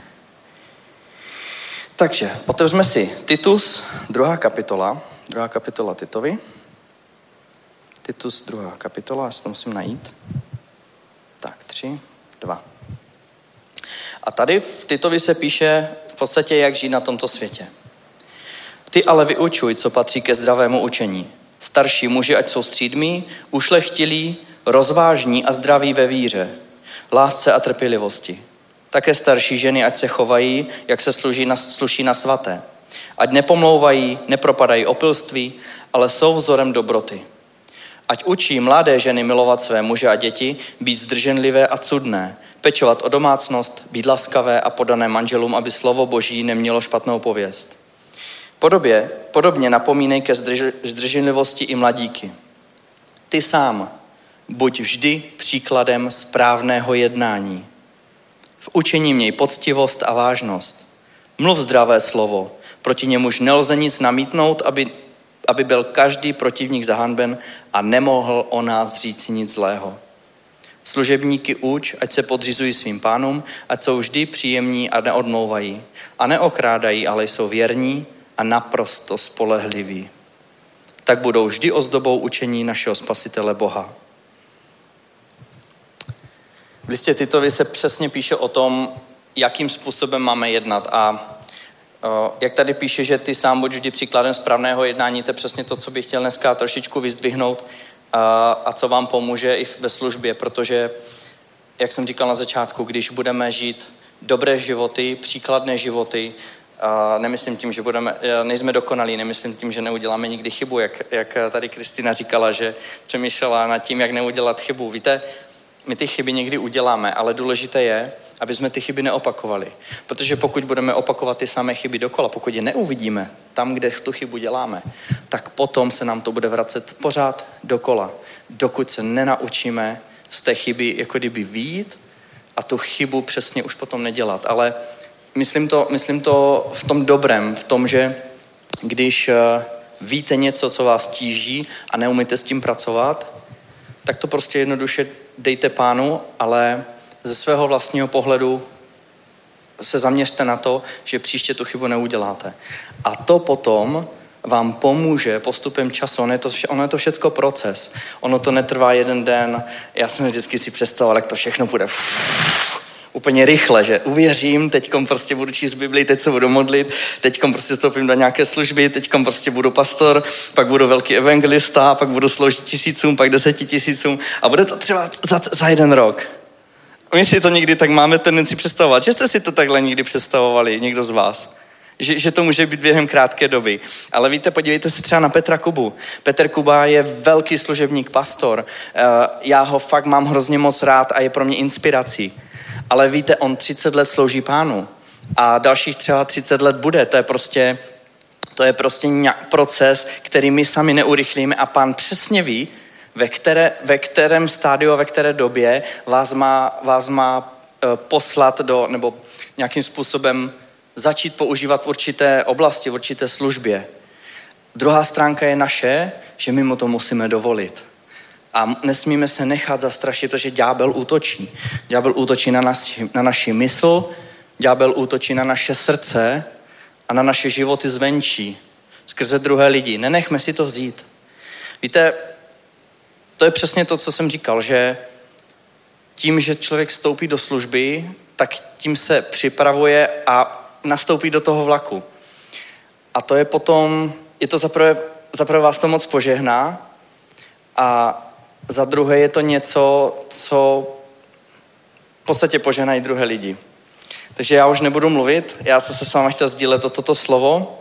Takže otevřeme si Titus, druhá kapitola. Druhá kapitola Titovi. Titus, druhá kapitola, já si to musím najít. Tak, tři, dva. A tady v Titovi se píše v podstatě, jak žít na tomto světě. Ty ale vyučuj, co patří ke zdravému učení. Starší muži, ať jsou střídmí, ušlechtilí, rozvážní a zdraví ve víře, lásce a trpělivosti. Také starší ženy, ať se chovají, jak se sluší na, sluší na svaté. Ať nepomlouvají, nepropadají opilství, ale jsou vzorem dobroty. Ať učí mladé ženy milovat své muže a děti, být zdrženlivé a cudné, pečovat o domácnost, být laskavé a podané manželům, aby slovo Boží nemělo špatnou pověst. Podobě, podobně napomínej ke zdrž, zdrženlivosti i mladíky. Ty sám buď vždy příkladem správného jednání. V učení měj poctivost a vážnost. Mluv zdravé slovo, proti němuž nelze nic namítnout, aby, aby byl každý protivník zahanben a nemohl o nás říci nic zlého. Služebníky uč, ať se podřizují svým pánům, ať jsou vždy příjemní a neodmlouvají. A neokrádají, ale jsou věrní a naprosto spolehliví. Tak budou vždy ozdobou učení našeho Spasitele Boha. V listě Titovi se přesně píše o tom, jakým způsobem máme jednat. A o, jak tady píše, že ty sám buď vždy příkladem správného jednání, to je přesně to, co bych chtěl dneska trošičku vyzdvihnout a, a co vám pomůže i ve službě, protože jak jsem říkal na začátku, když budeme žít dobré životy, příkladné životy, a nemyslím tím, že budeme, nejsme dokonalí, nemyslím tím, že neuděláme nikdy chybu, jak, jak tady Kristýna říkala, že přemýšlela nad tím, jak neudělat chybu. Víte, my ty chyby někdy uděláme, ale důležité je, aby jsme ty chyby neopakovali. Protože pokud budeme opakovat ty samé chyby dokola, pokud je neuvidíme tam, kde tu chybu děláme, tak potom se nám to bude vracet pořád dokola, dokud se nenaučíme z té chyby jako kdyby vyjít a tu chybu přesně už potom nedělat. Ale myslím to, myslím to v tom dobrém, v tom, že když víte něco, co vás tíží a neumíte s tím pracovat, tak to prostě jednoduše dejte Pánu, ale ze svého vlastního pohledu se zaměřte na to, že příště tu chybu neuděláte. A to potom vám pomůže postupem času. Ono je to, ono je to všecko proces. Ono to netrvá jeden den. Já jsem vždycky si představoval, jak to všechno bude Fuh, úplně rychle, že uvěřím, teďkom prostě budu číst Bibli, teď se budu modlit, teďkom prostě vstoupím do nějaké služby, teďkom prostě budu pastor, pak budu velký evangelista, pak budu sloužit tisícům, pak deseti tisícům a bude to třeba za, za jeden rok. My si to někdy tak máme tendenci představovat. Že jste si to takhle někdy představovali, někdo z vás? Že, že to může být během krátké doby. Ale víte, podívejte se třeba na Petra Kubu. Petr Kuba je velký služebník, pastor. Já ho fakt mám hrozně moc rád a je pro mě inspirací. Ale víte, on třicet let slouží Pánu a dalších třeba třicet let bude. To je prostě, to je prostě proces, který my sami neurychlíme a Pán přesně ví, ve, které, ve kterém stádiu a ve které době vás má, vás má poslat do, nebo nějakým způsobem začít používat v určité oblasti, v určité službě. Druhá stránka je naše, že my mu to musíme dovolit. A nesmíme se nechat zastrašit, protože ďábel útočí. Ďábel útočí na, naši, na naši mysl, ďábel útočí na naše srdce a na naše životy zvenčí. Skrze druhé lidi. Nenechme si to vzít. Víte, to je přesně to, co jsem říkal, že tím, že člověk vstoupí do služby, tak tím se připravuje a nastoupí do toho vlaku. A to je potom, je to zaprvé, zaprvé vás to moc požehná a za druhé je to něco, co v podstatě požehnají druhé lidi. Takže já už nebudu mluvit, já jsem se s vámi chtěl sdílet o toto slovo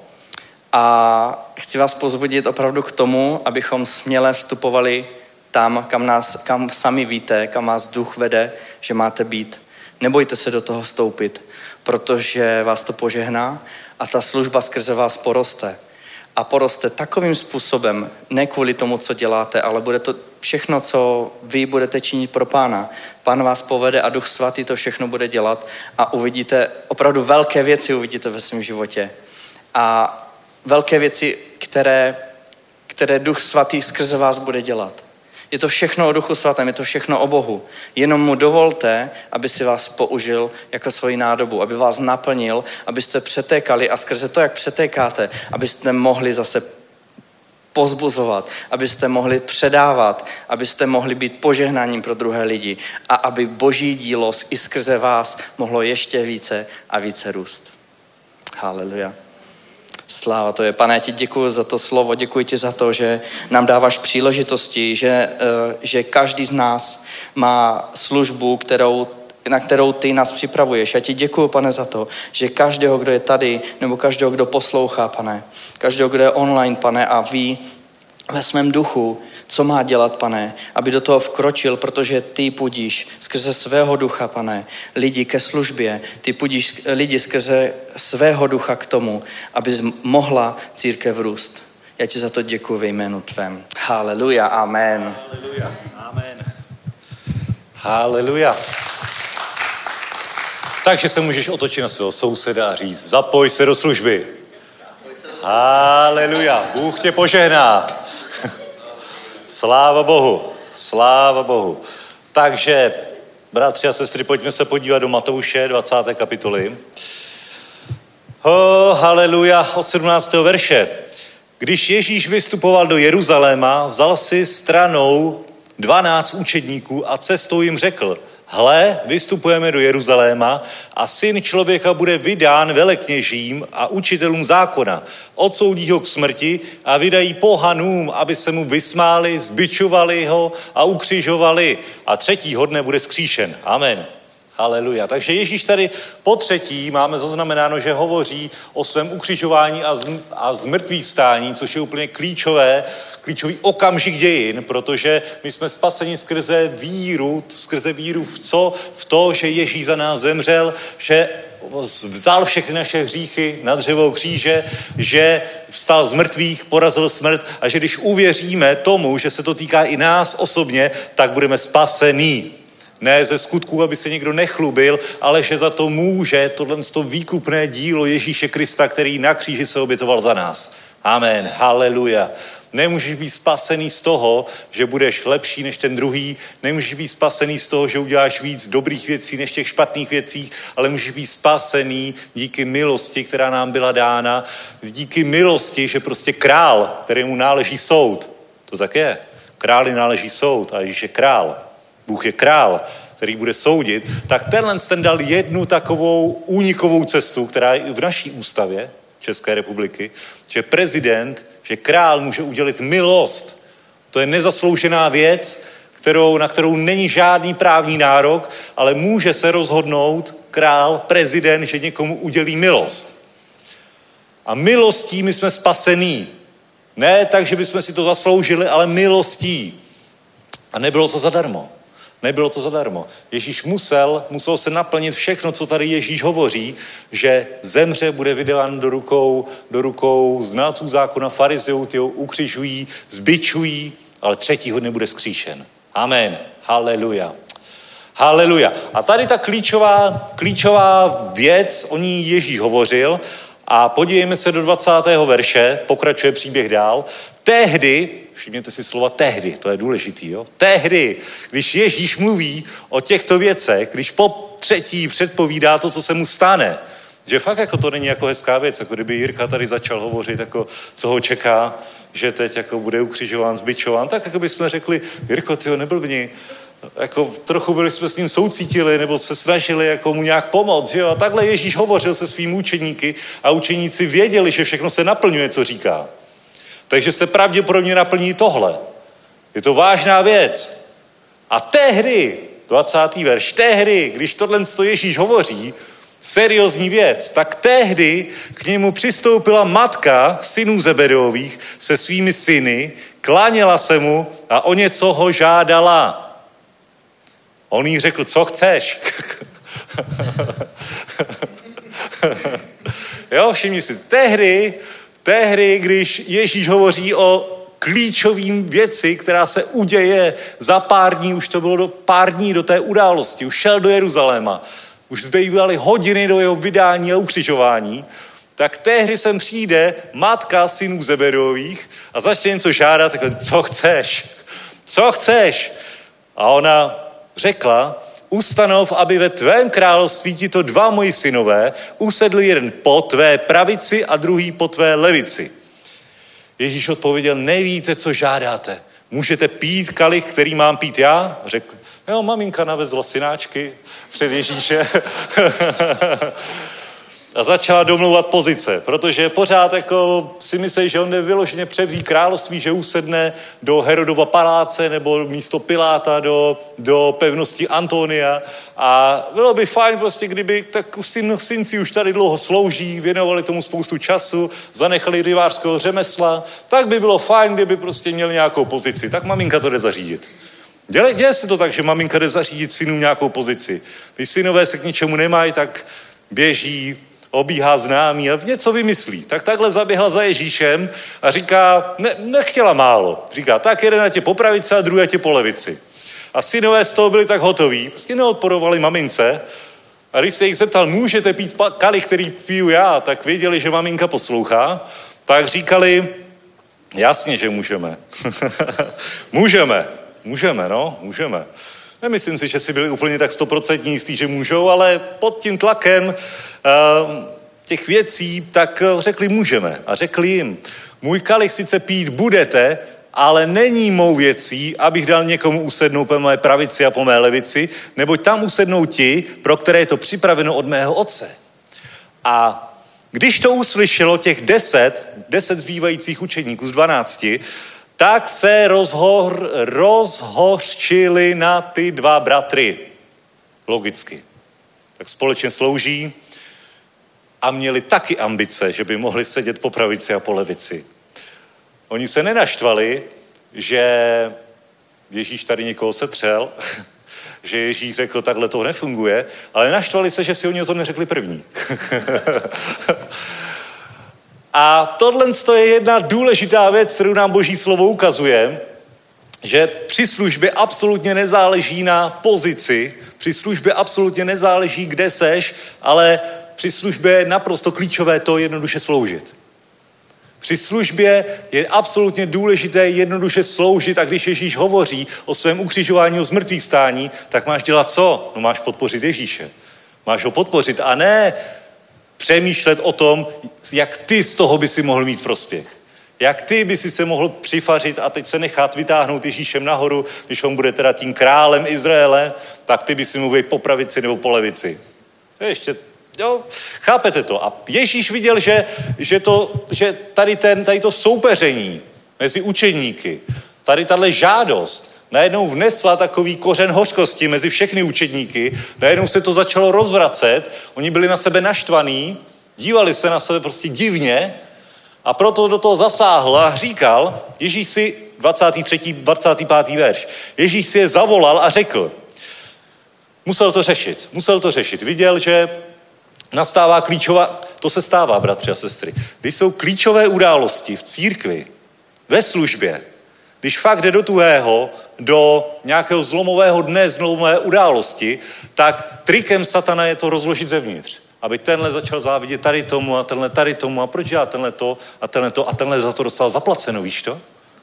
a chci vás pozbudit opravdu k tomu, abychom směle vstupovali tam, kam, nás, kam sami víte, kam vás duch vede, že máte být. Nebojte se do toho vstoupit, protože vás to požehná a ta služba skrze vás poroste. A poroste takovým způsobem, ne kvůli tomu, co děláte, ale bude to všechno, co vy budete činit pro Pána. Pán vás povede a Duch Svatý to všechno bude dělat a uvidíte, opravdu velké věci uvidíte ve svém životě. A velké věci, které, které Duch Svatý skrze vás bude dělat. Je to všechno o Duchu Svatém, je to všechno o Bohu. Jenom mu dovolte, aby si vás použil jako svoji nádobu, aby vás naplnil, abyste přetékali a skrze to, jak přetékáte, abyste mohli zase pozbuzovat, abyste mohli předávat, abyste mohli být požehnáním pro druhé lidi a aby Boží dílo i skrze vás mohlo ještě více a více růst. Haleluja. Sláva to je. Pane, já ti děkuji za to slovo, děkuji ti za to, že nám dáváš příležitosti, že, že každý z nás má službu, kterou, na kterou ty nás připravuješ. Já ti děkuji, Pane, za to, že každého, kdo je tady, nebo každého, kdo poslouchá, Pane, každého, kdo je online, Pane, a ví ve svém duchu, co má dělat, Pane, aby do toho vkročil, protože ty pudíš skrze svého ducha, Pane, lidi ke službě, ty pudíš lidi skrze svého ducha k tomu, aby mohla církev růst. Já ti za to děkuji ve jménu tvém. Haleluja, amen. Haleluja, amen. Haleluja. Takže se můžeš otočit na svého souseda a říct, zapoj se do služby. Haleluja, Bůh tě požehná. Sláva Bohu, sláva Bohu. Takže, bratři a sestry, pojďme se podívat do Matouše dvacáté kapitoly. Oh, haleluja, od sedmnáctého verše. Když Ježíš vystupoval do Jeruzaléma, vzal si stranou dvanáct učedníků a cestou jim řekl, hle, vystupujeme do Jeruzaléma a syn člověka bude vydán velekněžím a učitelům zákona. Odsoudí ho k smrti a vydají pohanům, aby se mu vysmáli, zbičovali ho a ukřižovali. A třetího dne bude zkříšen. Amen. Haleluja. Takže Ježíš tady po třetí máme zaznamenáno, že hovoří o svém ukřižování a, z, a zmrtvých stání, což je úplně klíčové, klíčový okamžik dějin, protože my jsme spaseni skrze víru, skrze víru v co? V to, že Ježíš za nás zemřel, že vzal všechny naše hříchy na dřevo kříže, že vstal z mrtvých, porazil smrt a že když uvěříme tomu, že se to týká i nás osobně, tak budeme spasení. Ne ze skutků, aby se někdo nechlubil, ale že za to může tohle výkupné dílo Ježíše Krista, který na kříži se obětoval za nás. Amen. Haleluja. Nemůžeš být spasený z toho, že budeš lepší než ten druhý, nemůžeš být spasený z toho, že uděláš víc dobrých věcí než těch špatných věcí, ale můžeš být spasený díky milosti, která nám byla dána, díky milosti, že prostě král, kterému náleží soud, to tak je, králi náleží soud a Ježíš je král. Bůh je král, který bude soudit, tak tenhle ten dal jednu takovou únikovou cestu, která je v naší ústavě České republiky, že prezident, že král může udělit milost. To je nezasloužená věc, kterou, na kterou není žádný právní nárok, ale může se rozhodnout král, prezident, že někomu udělí milost. A milostí my jsme spasení. Ne tak, že bychom si to zasloužili, ale milostí. A nebylo to zadarmo. Nebylo to zadarmo. Ježíš musel, musel se naplnit všechno, co tady Ježíš hovoří, že zemře, bude vydán do rukou, do rukou znalců zákona, farizeů, ty ho ukřižují, zbičují, ale třetího dne bude zkříšen. Amen. Haleluja. Haleluja. A tady ta klíčová, klíčová věc, o ní Ježíš hovořil a podívejme se do dvacátého verše, pokračuje příběh dál. Tehdy, všimněte si slova tehdy, to je důležitý, jo? Tehdy, když Ježíš mluví o těchto věcech, když po třetí předpovídá to, co se mu stane, že fakt jako to není jako hezká věc, jako kdyby Jirka tady začal hovořit, jako co ho čeká, že teď jako bude ukřižován, zbičován, tak jako bychom řekli, Jirko, tyjo, neblbni, jako trochu byli jsme s ním soucítili, nebo se snažili jako mu nějak pomoct, jo? A takhle Ježíš hovořil se svými učeníky a učeníci věděli, že všechno se naplňuje, co říká. Takže se pravděpodobně naplní tohle. Je to vážná věc. A tehdy, dvacátý verš, tehdy, když tohle Ježíš hovoří, seriózní věc, tak tehdy k němu přistoupila matka synů Zebedeových se svými syny, kláněla se mu a o něco ho žádala. On jí řekl, co chceš? Jo, všimni si, tehdy, tehdy, když Ježíš hovoří o klíčovým věci, která se uděje za pár dní, už to bylo do pár dní do té události, už šel do Jeruzaléma, už zbývaly hodiny do jeho vydání a ukřižování, tak tehdy sem přijde matka synů Zebedeových a začne něco žádat, jako, co chceš? Co chceš? A ona řekla, ustanov, aby ve tvém království tito dva moji synové usedli jeden po tvé pravici a druhý po tvé levici. Ježíš odpověděl, nevíte, co žádáte. Můžete pít kalich, který mám pít já? Řekl, jo, maminka navezla synáčky před Ježíše a začala domlouvat pozice, protože pořád jako si myslí, že on jde vyloženě převzít království, že usedne do Herodova paláce nebo místo Piláta do, do pevnosti Antonia a bylo by fajn prostě, kdyby tak syn, synci už tady dlouho slouží, věnovali tomu spoustu času, zanechali rybářského řemesla, tak by bylo fajn, kdyby prostě měli nějakou pozici, tak maminka to jde zařídit. Děje, děje se to tak, že maminka jde zařídit synům nějakou pozici. Když synové se k ničemu nemají, tak běží, obíhá známý a něco vymyslí. Tak takhle zaběhla za Ježíšem a říká, ne, nechtěla málo. Říká, tak jeden na tě po pravici a druhý na tě po levici. A synové z toho byli tak hotoví, prostě neodporovali mamince. A když se jich zeptal, můžete pít kalich, který piju já, tak věděli, že maminka poslouchá. Tak říkali, jasně, že můžeme. můžeme, můžeme, no, můžeme. Nemyslím si, že si byli úplně tak stoprocentní jistý, že můžou, ale pod tím tlakem uh, těch věcí, tak řekli můžeme. A řekli jim, můj kalich sice pít budete, ale není mou věcí, abych dal někomu usednout po mé pravici a po mé levici, neboť tam usednou ti, pro které je to připraveno od mého otce. A když to uslyšelo těch deset, deset zbývajících učeníků z dvanácti, tak se rozhor, rozhořčili na ty dva bratry. Logicky. Tak společně slouží a měli taky ambice, že by mohli sedět po pravici a po levici. Oni se nenaštvali, že Ježíš tady někoho setřel, že Ježíš řekl, takhle to nefunguje, ale naštvali se, že si oni o to neřekli první. A tohle je jedna důležitá věc, kterou nám Boží slovo ukazuje, že při službě absolutně nezáleží na pozici, při službě absolutně nezáleží, kde seš, ale při službě je naprosto klíčové to jednoduše sloužit. Při službě je absolutně důležité jednoduše sloužit a když Ježíš hovoří o svém ukřižování, o zmrtvých stání, tak máš dělat co? No máš podpořit Ježíše. Máš ho podpořit a ne přemýšlet o tom, jak ty z toho by si mohl mít prospěch. Jak ty by si se mohl přifařit a teď se nechat vytáhnout Ježíšem nahoru, když on bude teda tím králem Izraele, tak ty by si mohl být po pravici nebo po levici. To je ještě... Jo, chápete to? A Ježíš viděl, že, že, to, že tady, ten, tady to soupeření mezi učedníky, tady tahle žádost najednou vnesla takový kořen hořkosti mezi všechny učedníky, najednou se to začalo rozvracet, oni byli na sebe naštvaní, dívali se na sebe prostě divně a proto do toho zasáhl a říkal, Ježíš si, dvacátý třetí, dvacátý pátý verš, Ježíš si je zavolal a řekl, musel to řešit, musel to řešit, viděl, že nastává klíčová, to se stává, bratři a sestry, když jsou klíčové události v církvi, ve službě, když fakt jde do tuhého, do nějakého zlomového dne, zlomové události, tak trikem satana je to rozložit zevnitř. Aby tenhle začal závidět tady tomu a tenhle tady tomu a proč já tenhle to a tenhle to a tenhle za to dostal zaplaceno, víš to?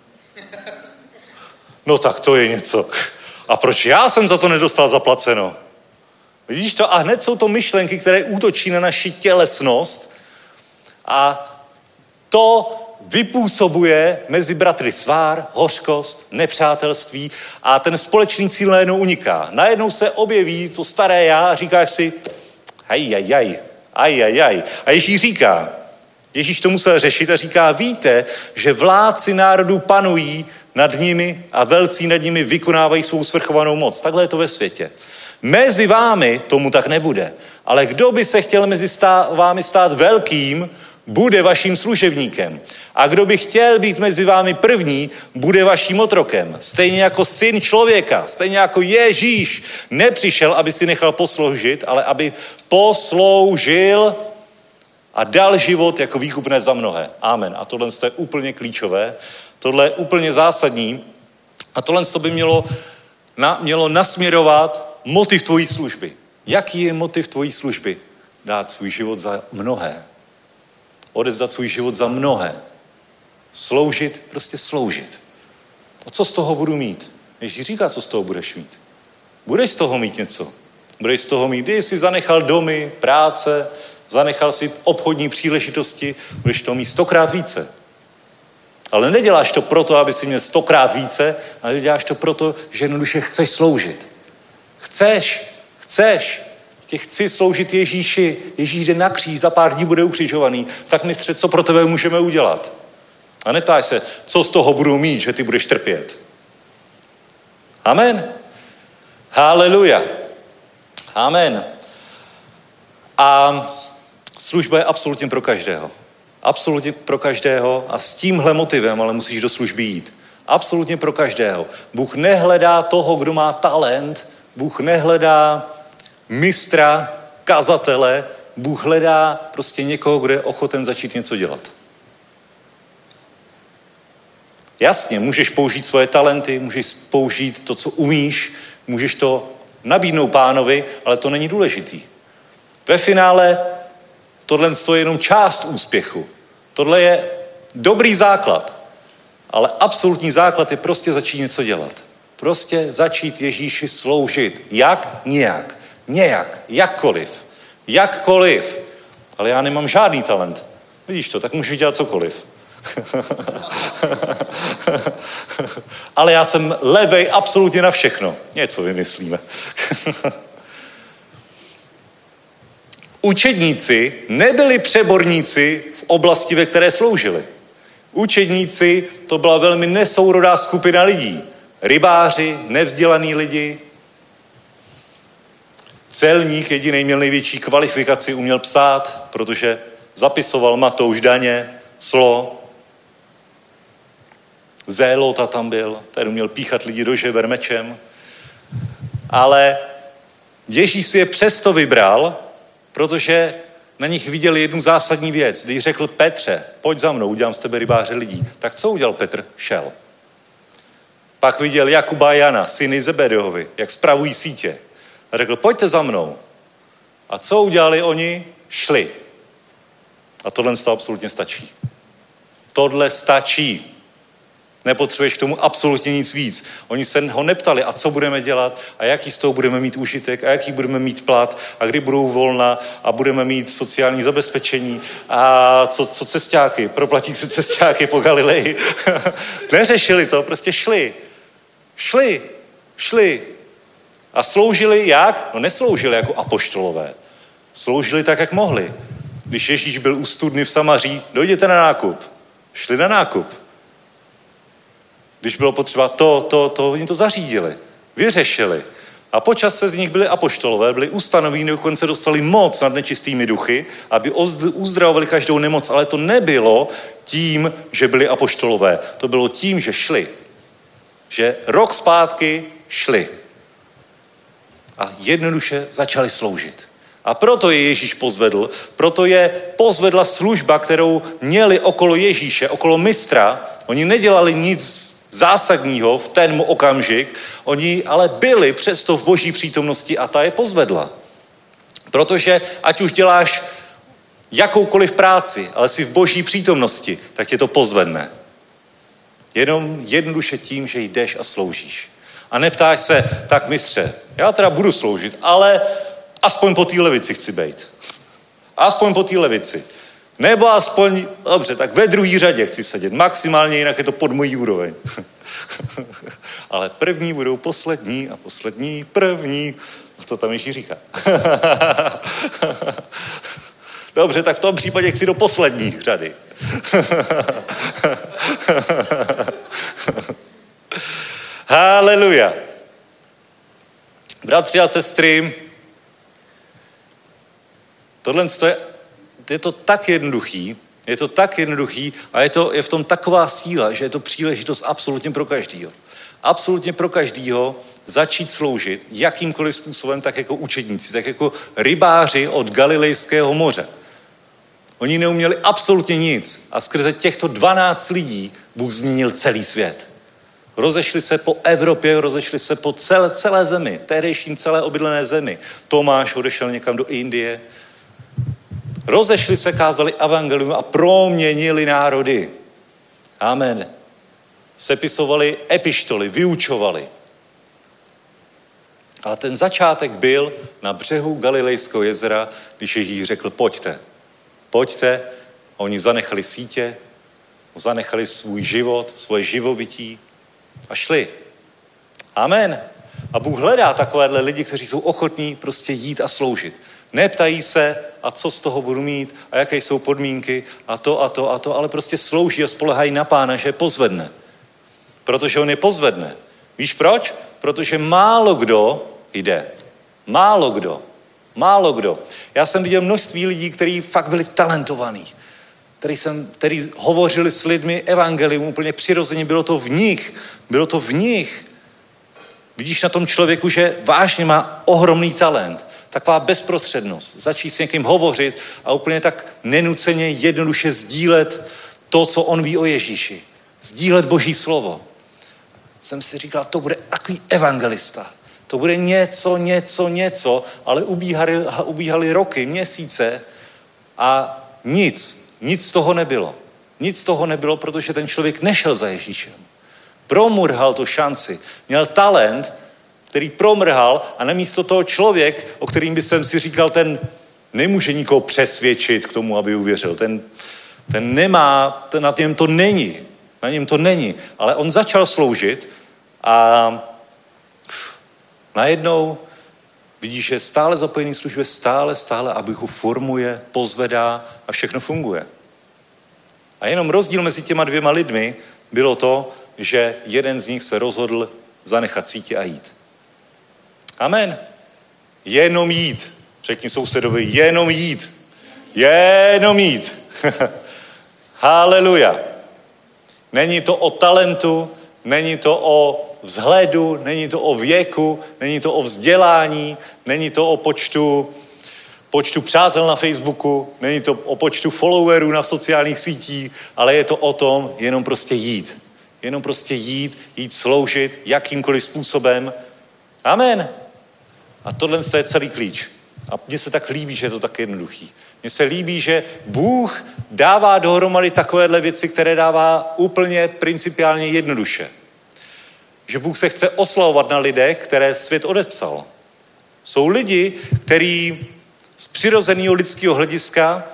No tak to je něco. A proč já jsem za to nedostal zaplaceno? Vidíš to? A hned jsou to myšlenky, které útočí na naši tělesnost a to vypůsobuje mezi bratry svár, hořkost, nepřátelství a ten společný cíl najednou uniká. Najednou se objeví to staré já a říkáš si ajajaj, ajajaj. A Ježíš říká, Ježíš to musel řešit a říká, víte, že vládci národů panují nad nimi a velcí nad nimi vykonávají svou svrchovanou moc. Takhle je to ve světě. Mezi vámi tomu tak nebude. Ale kdo by se chtěl mezi stá, vámi stát velkým, bude vaším služebníkem. A kdo by chtěl být mezi vámi první, bude vaším otrokem. Stejně jako syn člověka, stejně jako Ježíš nepřišel, aby si nechal posloužit, ale aby posloužil a dal život jako výkupné za mnohé. Amen. A tohle je úplně klíčové, tohle je úplně zásadní a tohle by mělo, na, mělo nasměrovat motiv tvojí služby. Jaký je motiv tvojí služby? Dát svůj život za mnohé. Odezdat svůj život za mnohé. Sloužit, prostě sloužit. A co z toho budu mít? Ježíš říká, co z toho budeš mít. Budeš z toho mít něco. Budeš z toho mít, když jsi zanechal domy, práce, zanechal si obchodní příležitosti, budeš toho mít stokrát více. Ale neděláš to proto, aby si měl stokrát více, ale děláš to proto, že jednoduše chceš sloužit. Chceš, chceš. Tě chci sloužit Ježíši. Ježíš jde na kříž, za pár dní bude ukřižovaný. Tak mistře, co pro tebe můžeme udělat? A neptáš se, co z toho budu mít, že ty budeš trpět. Amen. Haleluja. Amen. A služba je absolutně pro každého. Absolutně pro každého a s tímhle motivem ale musíš do služby jít. Absolutně pro každého. Bůh nehledá toho, kdo má talent. Bůh nehledá mistra, kazatele. Bůh hledá prostě někoho, kdo je ochoten začít něco dělat. Jasně, můžeš použít svoje talenty, můžeš použít to, co umíš, můžeš to nabídnout Pánovi, ale to není důležitý. Ve finále tohle je jenom část úspěchu. Tohle je dobrý základ, ale absolutní základ je prostě začít něco dělat. Prostě začít Ježíši sloužit. Jak? Nijak. Nějak. Jakkoliv. Jakkoliv. Ale já nemám žádný talent. Vidíš to, tak můžeš dělat cokoliv. Ale já jsem levej absolutně na všechno. Něco vymyslíme. Učedníci nebyli přeborníci v oblasti, ve které sloužili. Učedníci, to byla velmi nesourodá skupina lidí. Rybáři, nevzdělaní lidi. Celník jedinej měl největší kvalifikaci, uměl psát, protože zapisoval Matouš daně, clo. Zélota tam byl, ten uměl píchat lidi do žeber mečem. Ale Ježíš si je přesto vybral, protože na nich viděl jednu zásadní věc. Když řekl Petře, pojď za mnou, udělám z tebe rybáře lidí. Tak co udělal Petr? Šel. Pak viděl Jakuba a Jana, syny Zebedeovi, jak spravují sítě. A řekl, pojďte za mnou. A co udělali oni? Šli. A tohle z toho absolutně stačí. Tohle stačí. Nepotřebuješ k tomu absolutně nic víc. Oni se ho neptali, a co budeme dělat, a jaký z toho budeme mít užitek, a jaký budeme mít plat, a kdy budou volna, a budeme mít sociální zabezpečení, a co, co cestáky, proplatí si cestáky po Galileji. Neřešili to, prostě šli. Šli, šli. A sloužili jak? No nesloužili jako apoštolové. Sloužili tak, jak mohli. Když Ježíš byl u studny v Samaří, dojděte na nákup. Šli na nákup. Když bylo potřeba to, to, to, oni to zařídili, vyřešili. A po čase z nich byli apoštolové, byli ustanoví, dokonce dostali moc nad nečistými duchy, aby uzdravovali každou nemoc, ale to nebylo tím, že byli apoštolové. To bylo tím, že šli. Že rok zpátky šli. A jednoduše začali sloužit. A proto je Ježíš pozvedl, proto je pozvedla služba, kterou měli okolo Ježíše, okolo mistra. Oni nedělali nic zásadního v ten okamžik, oni ale byli přesto v boží přítomnosti a ta je pozvedla. Protože ať už děláš jakoukoliv práci, ale jsi v boží přítomnosti, tak tě to pozvedne. Jenom jednoduše tím, že jdeš a sloužíš. A neptáš se, tak mistře, já teda budu sloužit, ale aspoň po té levici chci bejt. Aspoň po té levici. Nebo aspoň, dobře, tak ve druhé řadě chci sedět. Maximálně, jinak je to pod mojí úroveň. Ale první budou poslední a poslední první. Co tam Ježíš říká? Dobře, tak v tom případě chci do poslední řady. Haleluja. Bratři a sestry, tohle je, je to tak jednoduchý, je to tak jednoduchý a je, to, je v tom taková síla, že je to příležitost absolutně pro každýho. Absolutně pro každýho začít sloužit jakýmkoliv způsobem, tak jako učedníci, tak jako rybáři od Galilejského moře. Oni neuměli absolutně nic a skrze těchto dvanáct lidí Bůh změnil celý svět. Rozešli se po Evropě, rozešli se po celé, celé zemi, tehdejším celé obydlené zemi. Tomáš odešel někam do Indie. Rozešli se, kázali evangelium a proměnili národy. Amen. Sepisovali epištoly, vyučovali. Ale ten začátek byl na břehu Galilejského jezera, když Ježíš řekl, pojďte, pojďte. A oni zanechali sítě, zanechali svůj život, svoje živobytí a šli. Amen. A Bůh hledá takovéhle lidi, kteří jsou ochotní prostě jít a sloužit. Neptají se, a co z toho budu mít, a jaké jsou podmínky, a to, a to, a to, ale prostě slouží a spolehají na Pána, že je pozvedne. Protože on je pozvedne. Víš proč? Protože málo kdo jde. Málo kdo. Málo kdo. Já jsem viděl množství lidí, kteří fakt byli talentovaní. Který, jsem, který hovořili s lidmi evangelium úplně přirozeně. Bylo to v nich. Bylo to v nich. Vidíš na tom člověku, že vážně má ohromný talent. Taková bezprostřednost. Začít s někým hovořit a úplně tak nenuceně jednoduše sdílet to, co on ví o Ježíši. Sdílet Boží slovo. Jsem si říkal, to bude takový evangelista. To bude něco, něco, něco, ale ubíhali, ubíhali roky, měsíce a nic, nic z toho nebylo. Nic z toho nebylo, protože ten člověk nešel za Ježíšem. Promrhal tu šanci. Měl talent, který promrhal a namísto toho člověk, o kterým by jsem si říkal, ten nemůže nikoho přesvědčit k tomu, aby uvěřil. Ten Ten nemá, ten, na něm to není. Na něm to není. Ale on začal sloužit a najednou vidíš, že je stále zapojený službě, stále, stále, aby ho formuje, pozvedá a všechno funguje. A jenom rozdíl mezi těma dvěma lidmi bylo to, že jeden z nich se rozhodl zanechat sítě a jít. Amen. Jenom jít. Řekni sousedovi, jenom jít. Jenom jít. Haleluja. Není to o talentu, není to o vzhledu, není to o věku, není to o vzdělání, není to o počtu, počtu přátel na Facebooku, není to o počtu followerů na sociálních sítích, ale je to o tom jenom prostě jít. Jenom prostě jít, jít sloužit jakýmkoliv způsobem. Amen. A tohle je celý klíč. A mně se tak líbí, že je to tak jednoduchý. Mně se líbí, že Bůh dává dohromady takovéhle věci, které dává úplně principiálně jednoduše. Že Bůh se chce oslavovat na lidech, které svět odepsal. Jsou lidi, kteří z přirozeného lidského hlediska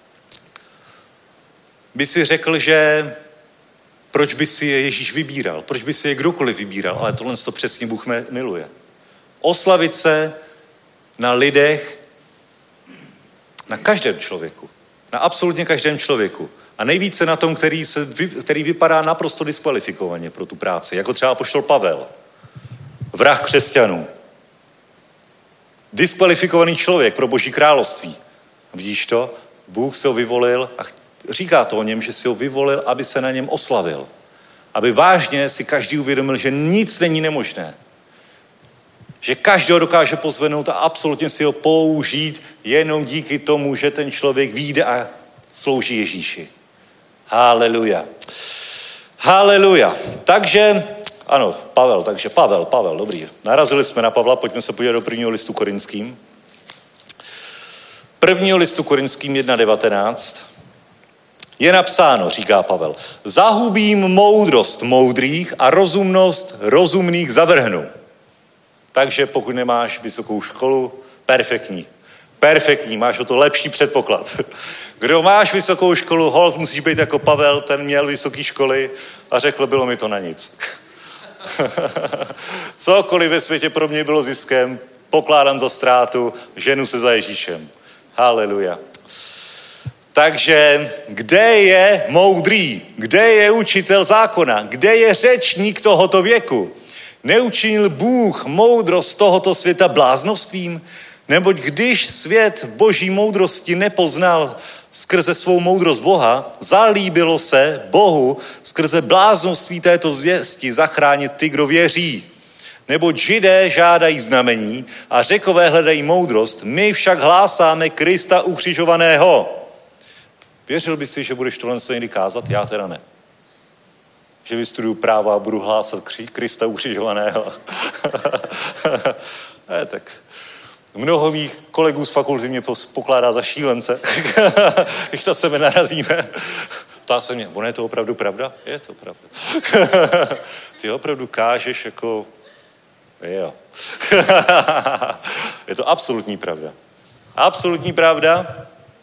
by si řekl, že proč by si je Ježíš vybíral, proč by si je kdokoliv vybíral, ale tohle to přesně Bůh miluje. Oslavit se na lidech, na každém člověku, na absolutně každém člověku. A nejvíce na tom, který, se, který vypadá naprosto diskvalifikovaně pro tu práci, jako třeba apoštol Pavel, vrah křesťanů. Diskvalifikovaný člověk pro Boží království. Vidíš to? Bůh se ho vyvolil a říká to o něm, že si ho vyvolil, aby se na něm oslavil. Aby vážně si každý uvědomil, že nic není nemožné. Že každého dokáže pozvednout a absolutně si ho použít jenom díky tomu, že ten člověk vyjde a slouží Ježíši. Haleluja. Haleluja. Takže, ano, Pavel, takže Pavel, Pavel, dobrý. Narazili jsme na Pavla, pojďme se podívat do prvního listu Korinským. Prvního listu Korinským jedna devatenáct. Je napsáno, říká Pavel, zahubím moudrost moudrých a rozumnost rozumných zavrhnu. Takže pokud nemáš vysokou školu, perfektní. Perfektní, máš o to lepší předpoklad. Kdo máš vysokou školu, holt musíš být jako Pavel, ten měl vysoké školy a řekl, bylo mi to na nic. Cokoliv ve světě pro mě bylo ziskem, pokládám za ztrátu, ženu se za Ježíšem. Haleluja. Takže kde je moudrý? Kde je učitel zákona? Kde je řečník tohoto věku? Neučinil Bůh moudrost tohoto světa bláznostvím? Neboť když svět boží moudrosti nepoznal skrze svou moudrost Boha, zalíbilo se Bohu skrze bláznoství této zvěsti zachránit ty, kdo věří. Neboť Židé žádají znamení a Řekové hledají moudrost, my však hlásáme Krista ukřižovaného. Věřil by si, že budeš tohle někdy kázat? Já teda ne. Že vystuduju práva a budu hlásat Krista ukřižovaného. ne, tak mnoho mých kolegů z fakulty mě pokládá za šílence, když to sebe narazíme. Ptá se mě, ono je to opravdu pravda? Je to pravda. Ty opravdu kážeš jako... Jo. je to absolutní pravda. Absolutní pravda.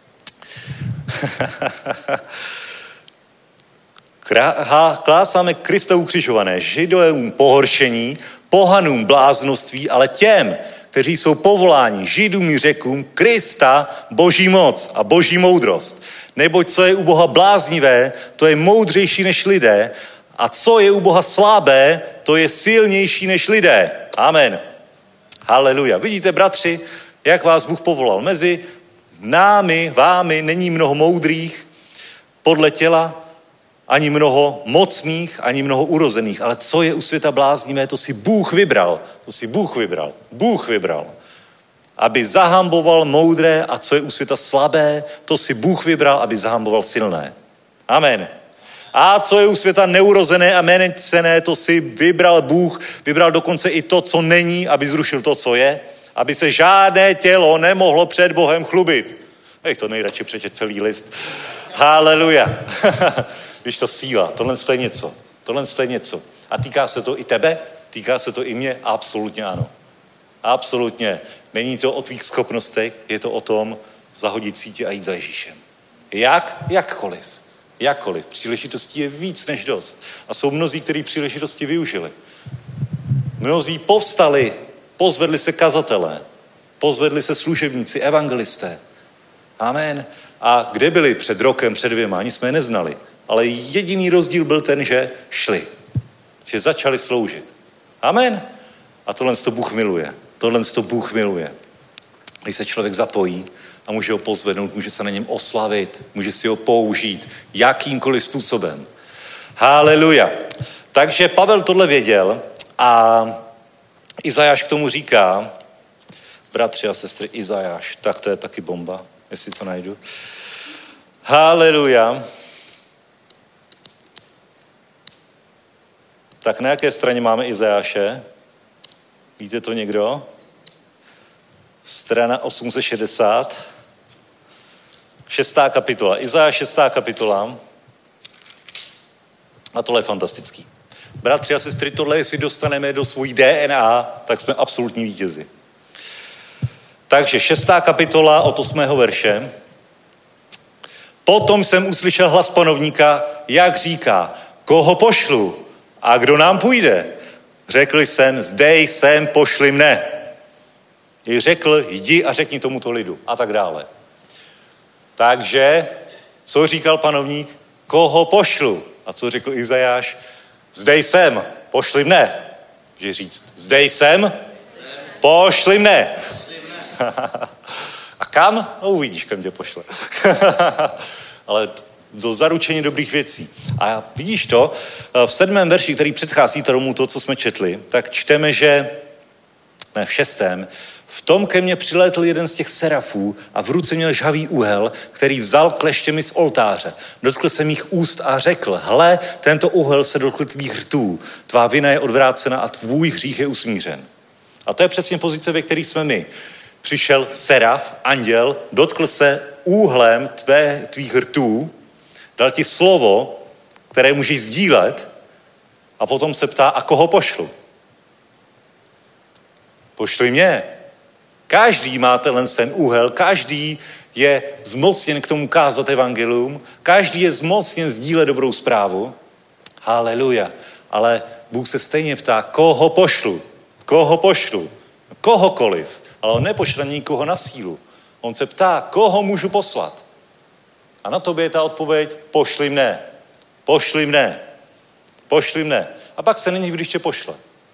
Klásáme Krista ukřižované, Židům pohoršení, pohanům bláznoství, ale těm, kteří jsou povoláni, Židům i Řekům, Krista boží moc a boží moudrost. Neboť co je u Boha bláznivé, to je moudřejší než lidé, a co je u Boha slabé, to je silnější než lidé. Amen. Haleluja. Vidíte, bratři, jak vás Bůh povolal. Mezi námi, vámi není mnoho moudrých podle těla, ani mnoho mocných, ani mnoho urozených. Ale co je u světa bláznivé, to si Bůh vybral. To si Bůh vybral. Bůh vybral. Aby zahamboval moudré, a co je u světa slabé, to si Bůh vybral, aby zahamboval silné. Amen. A co je u světa neurozené a méněcenné, to si vybral Bůh, vybral dokonce i to, co není, aby zrušil to, co je, aby se žádné tělo nemohlo před Bohem chlubit. Ej, to nejradši přečet celý list. Haleluja. Víš, to síla, tohle je něco, tohle je něco. A týká se to i tebe? Týká se to i mě? Absolutně ano. Absolutně. Není to o tvých schopnostech, je to o tom zahodit sítě a jít za Ježíšem. Jak? Jakkoliv. Jakkoliv. Příležitostí je víc než dost. A jsou mnozí, kteří příležitosti využili. Mnozí povstali, pozvedli se kazatelé, pozvedli se služebníci, evangelisté. Amen. A kde byli před rokem, před dvěma, ani jsme je neznali. Ale jediný rozdíl byl ten, že šli. Že začali sloužit. Amen. A tohle to Bůh miluje. Tohle to Bůh miluje. Když se člověk zapojí a může ho pozvednout, může se na něm oslavit, může si ho použít jakýmkoliv způsobem. Haleluja. Takže Pavel tohle věděl a Izajáš k tomu říká, bratři a sestry, Izajáš, tak to je taky bomba, jestli to najdu. Haleluja. Tak na jaké straně máme Izajáše? Víte to někdo? Strana osm set šedesát. Šestá kapitola. Izajáš šestá kapitola. A tohle je fantastický. Bratři a sestry, tohle, jestli dostaneme do svojí D N A, tak jsme absolutní vítězi. Takže šestá kapitola od osmého verše. Potom jsem uslyšel hlas panovníka, jak říká, koho pošlu a kdo nám půjde? Řekl jsem, zde jsem, pošli mne. I řekl, jdi a řekni tomuto lidu. A tak dále. Takže, co říkal panovník? Koho pošlu? A co řekl Izajáš? Zde jsem, pošli mne. Může říct, zde jsem, pošli mne. A kam? No uvidíš, kam tě pošle. Ale do zaručení dobrých věcí. A vidíš to, v sedmém verši, který předchází tomu to, co jsme četli, tak čteme, že, ne v šestém, v tom ke mně přilétl jeden z těch serafů a v ruce měl žhavý úhel, který vzal kleštěmi z oltáře. Dotkl se mých úst a řekl, hle, tento úhel se dotkl tvých rtů, tvá vina je odvrácena a tvůj hřích je usmířen. A to je přesně pozice, ve které jsme my. Přišel seraf, anděl, dotkl se úhlem tvé, tvých rtů, dal ti slovo, které můžeš sdílet a potom se ptá, a koho pošlu? Pošli mě. Každý má tenhle ten úhel, každý je zmocněn k tomu kázat evangelium, každý je zmocněn sdílet dobrou zprávu. Haleluja. Ale Bůh se stejně ptá, koho pošlu? Koho pošlu? Kohokoliv. Ale on nepošle nikoho na sílu. On se ptá, koho můžu poslat? A na tobě je ta odpověď, pošli mne. Pošli mne. Pošli mne. A pak se není, když tě pošle.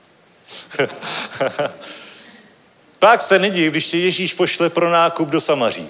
Pak se nedí, když tě Ježíš pošle pro nákup do Samaří.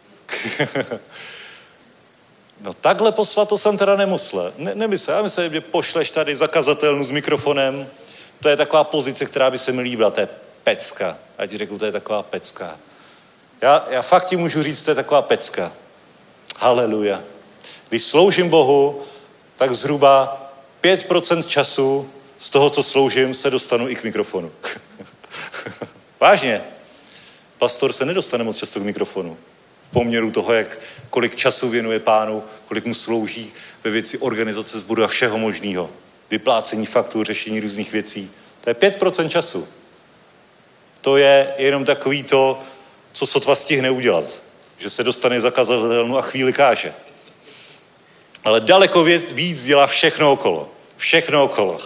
No takhle poslat, to jsem teda nemyslel. Ne, nemyslel. Já myslím, že pošleš tady zakazatelnu s mikrofonem. To je taková pozice, která by se mi líbila. To je pecka. Já ti řeknu, to je taková pecka. Já, já fakt ti můžu říct, to je taková pecka. Haleluja. Když sloužím Bohu, tak zhruba pět procent času z toho, co sloužím, se dostanu i k mikrofonu. Vážně. Pastor se nedostane moc často k mikrofonu. V poměru toho, jak, kolik času věnuje Pánu, kolik mu slouží ve věci organizace sboru a všeho možného. Vyplácení faktur, řešení různých věcí. To je pět procent času. To je jenom takový to, co sotva stihne udělat. Že se dostane zakazatelnu a chvíli káže. Ale daleko víc, víc dělá všechno okolo. Všechno okolo.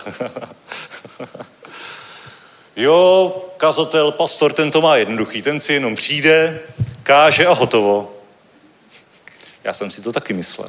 Jo, kazatel, pastor, ten to má jednoduchý. Ten si jenom přijde, káže a hotovo. Já jsem si to taky myslel.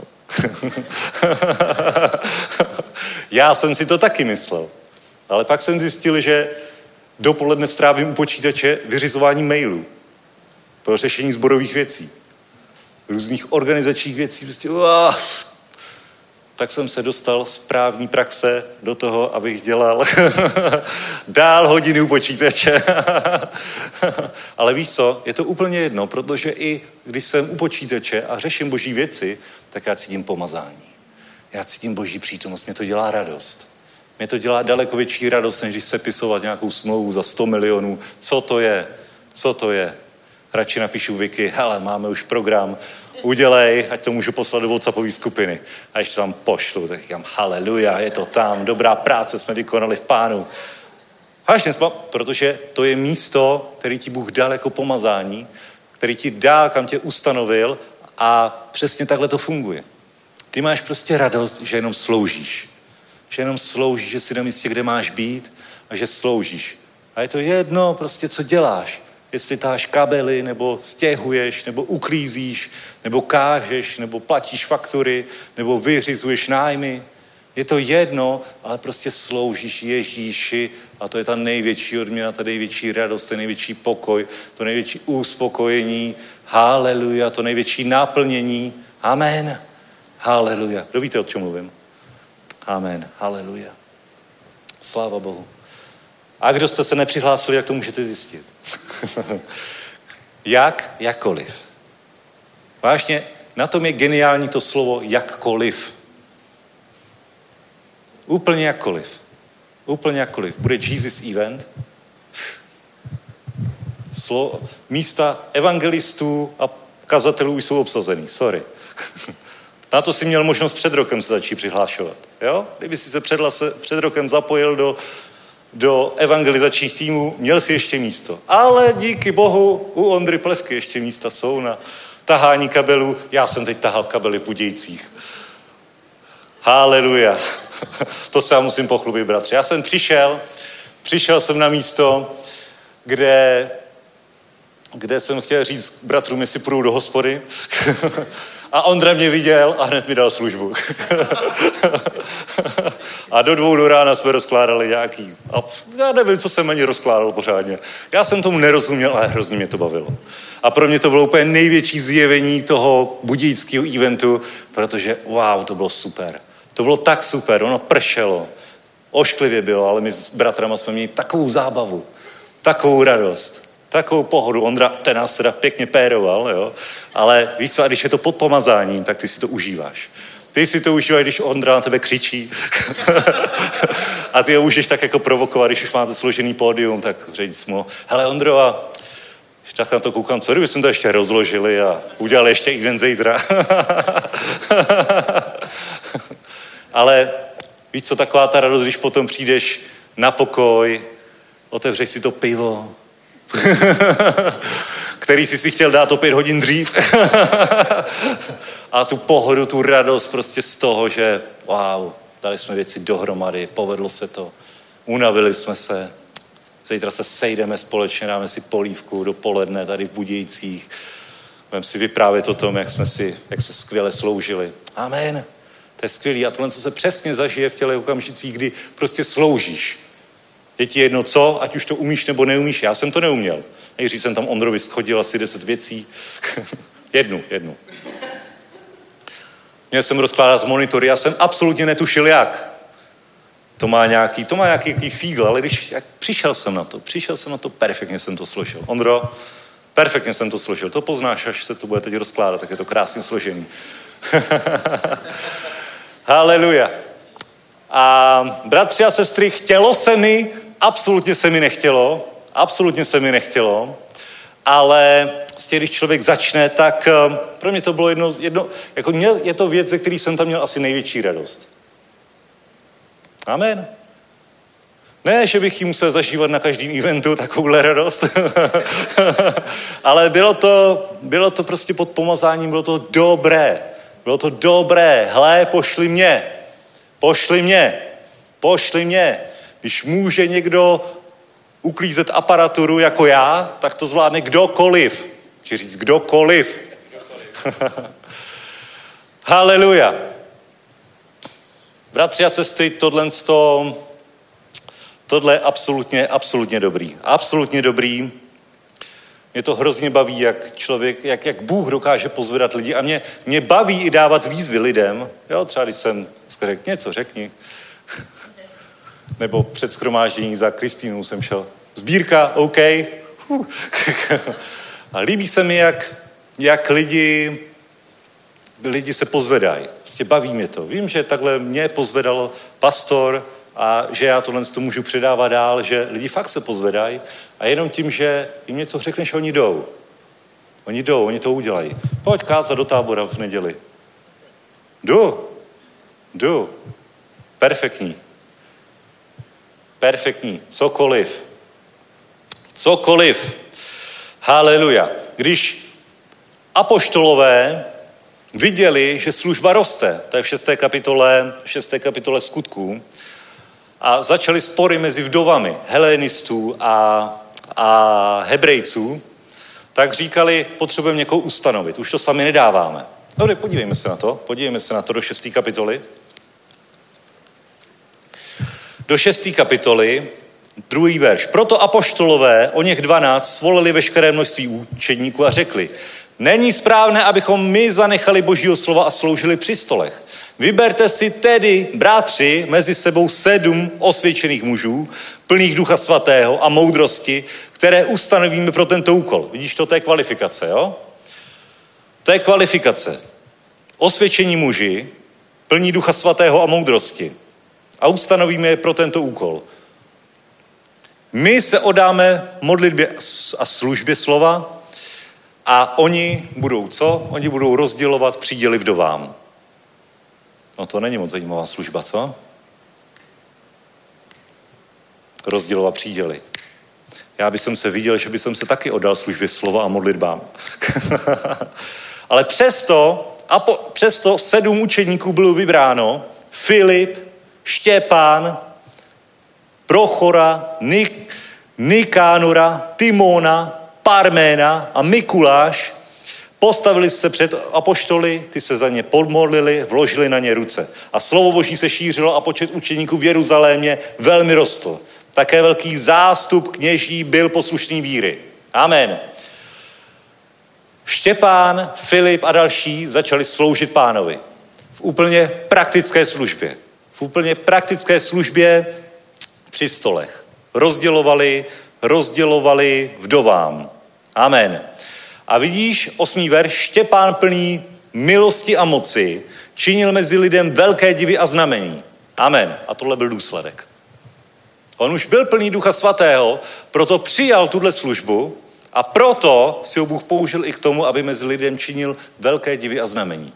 Já jsem si to taky myslel. Ale pak jsem zjistil, že dopoledne strávím u počítače vyřizování mailů pro řešení sborových věcí. Různých organizačních věcí. Prostě, uah. Tak jsem se dostal z právní praxe do toho, abych dělal dál hodiny u počítače. Ale víš co, je to úplně jedno, protože i když jsem u počítače a řeším boží věci, tak já cítím pomazání. Já cítím boží přítomnost, mě to dělá radost. Mě to dělá daleko větší radost, než když sepisovat nějakou smlouvu za sto milionů. Co to je? Co to je? Radši napíšu Wiki, hele, máme už program, udělej, ať to můžu poslat do WhatsAppové skupiny. A ještě tam pošlu, tak říkám, haleluja, je to tam, dobrá práce jsme vykonali v Pánu. Vážně, protože to je místo, který ti Bůh dal jako pomazání, který ti dal, kam tě ustanovil a přesně takhle to funguje. Ty máš prostě radost, že jenom sloužíš. Že jenom sloužíš, že jsi na místě, kde máš být a že sloužíš. A je to jedno prostě, co děláš. Jestli táš kabely, nebo stěhuješ, nebo uklízíš, nebo kážeš, nebo platíš faktury, nebo vyřizuješ nájmy. Je to jedno, ale prostě sloužíš Ježíši a to je ta největší odměna, ta největší radost, ten největší pokoj, to největší uspokojení. Haleluja, to největší naplnění. Amen. Haleluja. Kdo víte, o čem mluvím? Amen. Haleluja. Sláva Bohu. A kdo jste se nepřihlásili, jak to můžete zjistit? Jak? Jakkoliv. Vážně, na tom je geniální to slovo jakkoliv. Úplně jakkoliv. Úplně jakkoliv. Bude Jesus event. Slo, místa evangelistů a kazatelů jsou obsazený. Sorry. Na to si měl možnost před rokem se začít přihlášovat. Jo? Kdyby si se před, před rokem zapojil do, do evangelizačních týmů, měl si ještě místo. Ale díky Bohu u Ondry Plevky ještě místa jsou na tahání kabelů. Já jsem teď tahal kabely v Budějcích. Haleluja. To se já musím pochlubit, bratře. Já jsem přišel, přišel jsem na místo, kde, kde jsem chtěl říct bratrům, jestli půjdu do hospody. A Ondra mě viděl a hned mi dal službu. A do dvou do rána jsme rozkládali nějaký... A já nevím, co jsem ani rozkládal pořádně. Já jsem tomu nerozuměl, ale hrozně mě to bavilo. A pro mě to bylo úplně největší zjevení toho budějického eventu, protože wow, to bylo super. To bylo tak super, ono pršelo. Ošklivě bylo, ale my s bratrama jsme měli takovou zábavu, takovou radost, takovou pohodu. Ondra, ten nás teda pěkně péroval, jo? Ale víš co, a když je to pod pomazáním, tak ty si to užíváš. Ty si to užíváš, když Ondra na tebe křičí. A ty ho můžeš tak jako provokovat, když už máte složený pódium, tak říct mu, hele Ondro, a tak na to koukám, co kdyby jsme to ještě rozložili a udělali ještě event zítra. Ale víš co, taková ta radost, když potom přijdeš na pokoj, otevřeš si to pivo, který jsi si chtěl dát o pět hodin dřív. A tu pohodu, tu radost prostě z toho, že wow, dali jsme věci dohromady, povedlo se to, unavili jsme se, zítra se sejdeme společně, dáme si polívku dopoledne tady v Budějcích, budeme si vyprávět o tom, jak jsme si, jak jsme skvěle sloužili. Amen. To je skvělý. A tohle, co se přesně zažije v těle okamžicích, kdy prostě sloužíš. Je ti jedno co, ať už to umíš nebo neumíš. Já jsem to neuměl. Nejdřív jsem tam Ondrovi schodil asi deset věcí. jednu, jednu. Měl jsem rozkládat monitory, já jsem absolutně netušil jak. To má nějaký, to má nějaký, nějaký fígl, ale když jak přišel jsem na to, přišel jsem na to, perfektně jsem to složil. Ondro, perfektně jsem to složil. To poznáš, až se to bude teď rozkládat, tak je to krásně složený. Haleluja. A bratři a sestry, chtělo se mi, absolutně se mi nechtělo, absolutně se mi nechtělo, ale vlastně, když člověk začne, tak pro mě to bylo jedno, jedno jako měl, je to věc, ze který jsem tam měl asi největší radost. Amen. Ne, že bych ji musel zažívat na každém eventu, takovouhle radost, ale bylo to, bylo to prostě pod pomazáním, bylo to dobré. Bylo to dobré. Hle, pošli mě. Pošli mě. Pošli mě. Když může někdo uklízet aparaturu jako já, tak to zvládne kdokoliv. Chci říct kdokoliv. Haleluja. Bratři a sestry, tohle, tohle je absolutně, absolutně dobrý. Absolutně dobrý. Mě to hrozně baví, jak člověk, jak, jak Bůh dokáže pozvedat lidi. A mě, mě baví i dávat výzvy lidem. Jo, třeba když jsem řekl, něco řekni. Nebo před shromáždění za Kristýnou jsem šel. Sbírka, OK. A líbí se mi, jak, jak lidi, lidi se pozvedají. Vlastně baví mě to. Vím, že takhle mě pozvedal pastor a že já tohle to můžu předávat dál, že lidi fakt se pozvedají a jenom tím, že jim něco řekneš, oni jdou. Oni jdou, oni to udělají. Pojď kázat do tábora v neděli. Jdu. Jdu. Perfektní. Perfektní. Cokoliv. Cokoliv. Haleluja. Když apoštolové viděli, že služba roste. To je v šesté kapitole, šesté kapitole Skutků. A začaly spory mezi vdovami helénistů a, a hebrejců. Tak říkali, potřebujeme někoho ustanovit. Už to sami nedáváme. Dobře, podívejme se na to. Podívejme se na to do šesté kapitoly. Do šesté kapitoly, druhý verš. Proto apoštolové, o něch dvanáct, svolili veškeré množství učedníků a řekli, není správné, abychom my zanechali Božího slova a sloužili při stolech. Vyberte si tedy, bratři, mezi sebou sedm osvědčených mužů, plných Ducha Svatého a moudrosti, které ustanovíme pro tento úkol. Vidíš to, to je kvalifikace, jo? To je kvalifikace. Osvědčení muži, plní Ducha Svatého a moudrosti. A ustanovíme je pro tento úkol. My se oddáme modlitbě a službě slova a oni budou co? Oni budou rozdělovat příděly vdovám. No to není moc zajímavá služba, co? Rozdělovat příděly. Já bych se viděl, že bych se taky oddal službě slova a modlitbám. Ale přesto, a po, přesto sedm učedníků bylo vybráno. Filip, Štěpán, Prochora, Nik, Nikánora, Timona, Parména a Mikuláš. Postavili se před apoštoly, ty se za ně podmodlili, vložili na ně ruce. A slovo Boží se šířilo a počet učeníků v Jeruzalémě velmi rostl. Také velký zástup kněží byl poslušný víry. Amen. Štěpán, Filip a další začali sloužit Pánovi v úplně praktické službě. V úplně praktické službě při stolech. Rozdělovali, rozdělovali vdovám. Amen. A vidíš, osmý verš, Štěpán plný milosti a moci činil mezi lidem velké divy a znamení. Amen. A tohle byl důsledek. On už byl plný Ducha Svatého, proto přijal tuhle službu a proto si ho Bůh použil i k tomu, aby mezi lidem činil velké divy a znamení.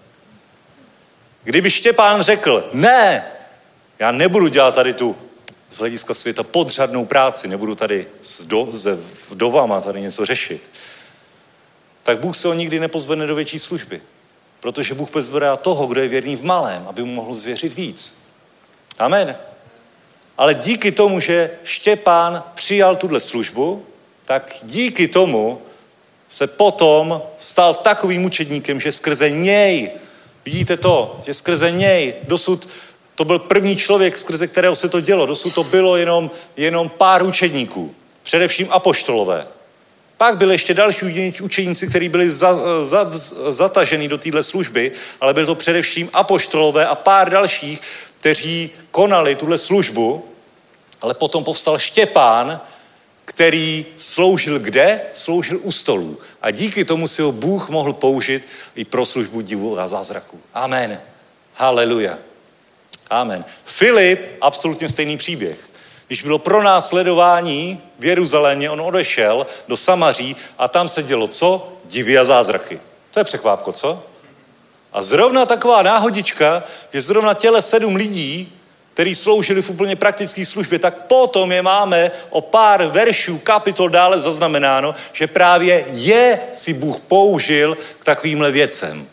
Kdyby Štěpán řekl, ne, já nebudu dělat tady tu z hlediska světa podřadnou práci, nebudu tady s do, se vdovama tady něco řešit, tak Bůh se ho nikdy nepozvedne do větší služby. Protože Bůh pozvedá toho, kdo je věrný v malém, aby mu mohl zvěřit víc. Amen. Ale díky tomu, že Štěpán přijal tuhle službu, tak díky tomu se potom stal takovým učedníkem, že skrze něj, vidíte to, že skrze něj, dosud to byl první člověk, skrze kterého se to dělo, dosud to bylo jenom, jenom pár učedníků, především apoštolové. Pak byly ještě další učeníci, kteří byli za, za, zataženi do téhle služby, ale byly to především apoštolové a pár dalších, kteří konali tuhle službu, ale potom povstal Štěpán, který sloužil kde? Sloužil u stolů. A díky tomu si ho Bůh mohl použít i pro službu divu a zázraku. Amen. Haleluja. Amen. Filip, absolutně stejný příběh. Když bylo pronásledování v Jeruzalémě, on odešel do Samaří a tam se dělo co? Divy a zázraky. To je překvápko, co? A zrovna taková náhodička, že zrovna těle sedm lidí, kteří sloužili v úplně praktické službě, tak potom je máme o pár veršů, kapitol dále zaznamenáno, že právě je si Bůh použil k takovýmhle věcem.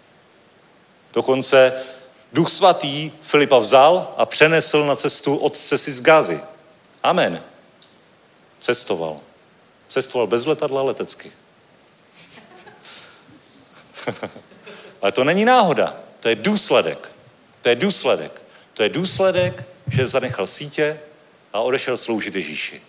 Dokonce Duch Svatý Filipa vzal a přenesl na cestu otce si z Gazy. Amen. Cestoval. Cestoval bez letadla letecky. Ale to není náhoda. To je důsledek. To je důsledek. To je důsledek, že zanechal sítě a odešel sloužit Ježíši.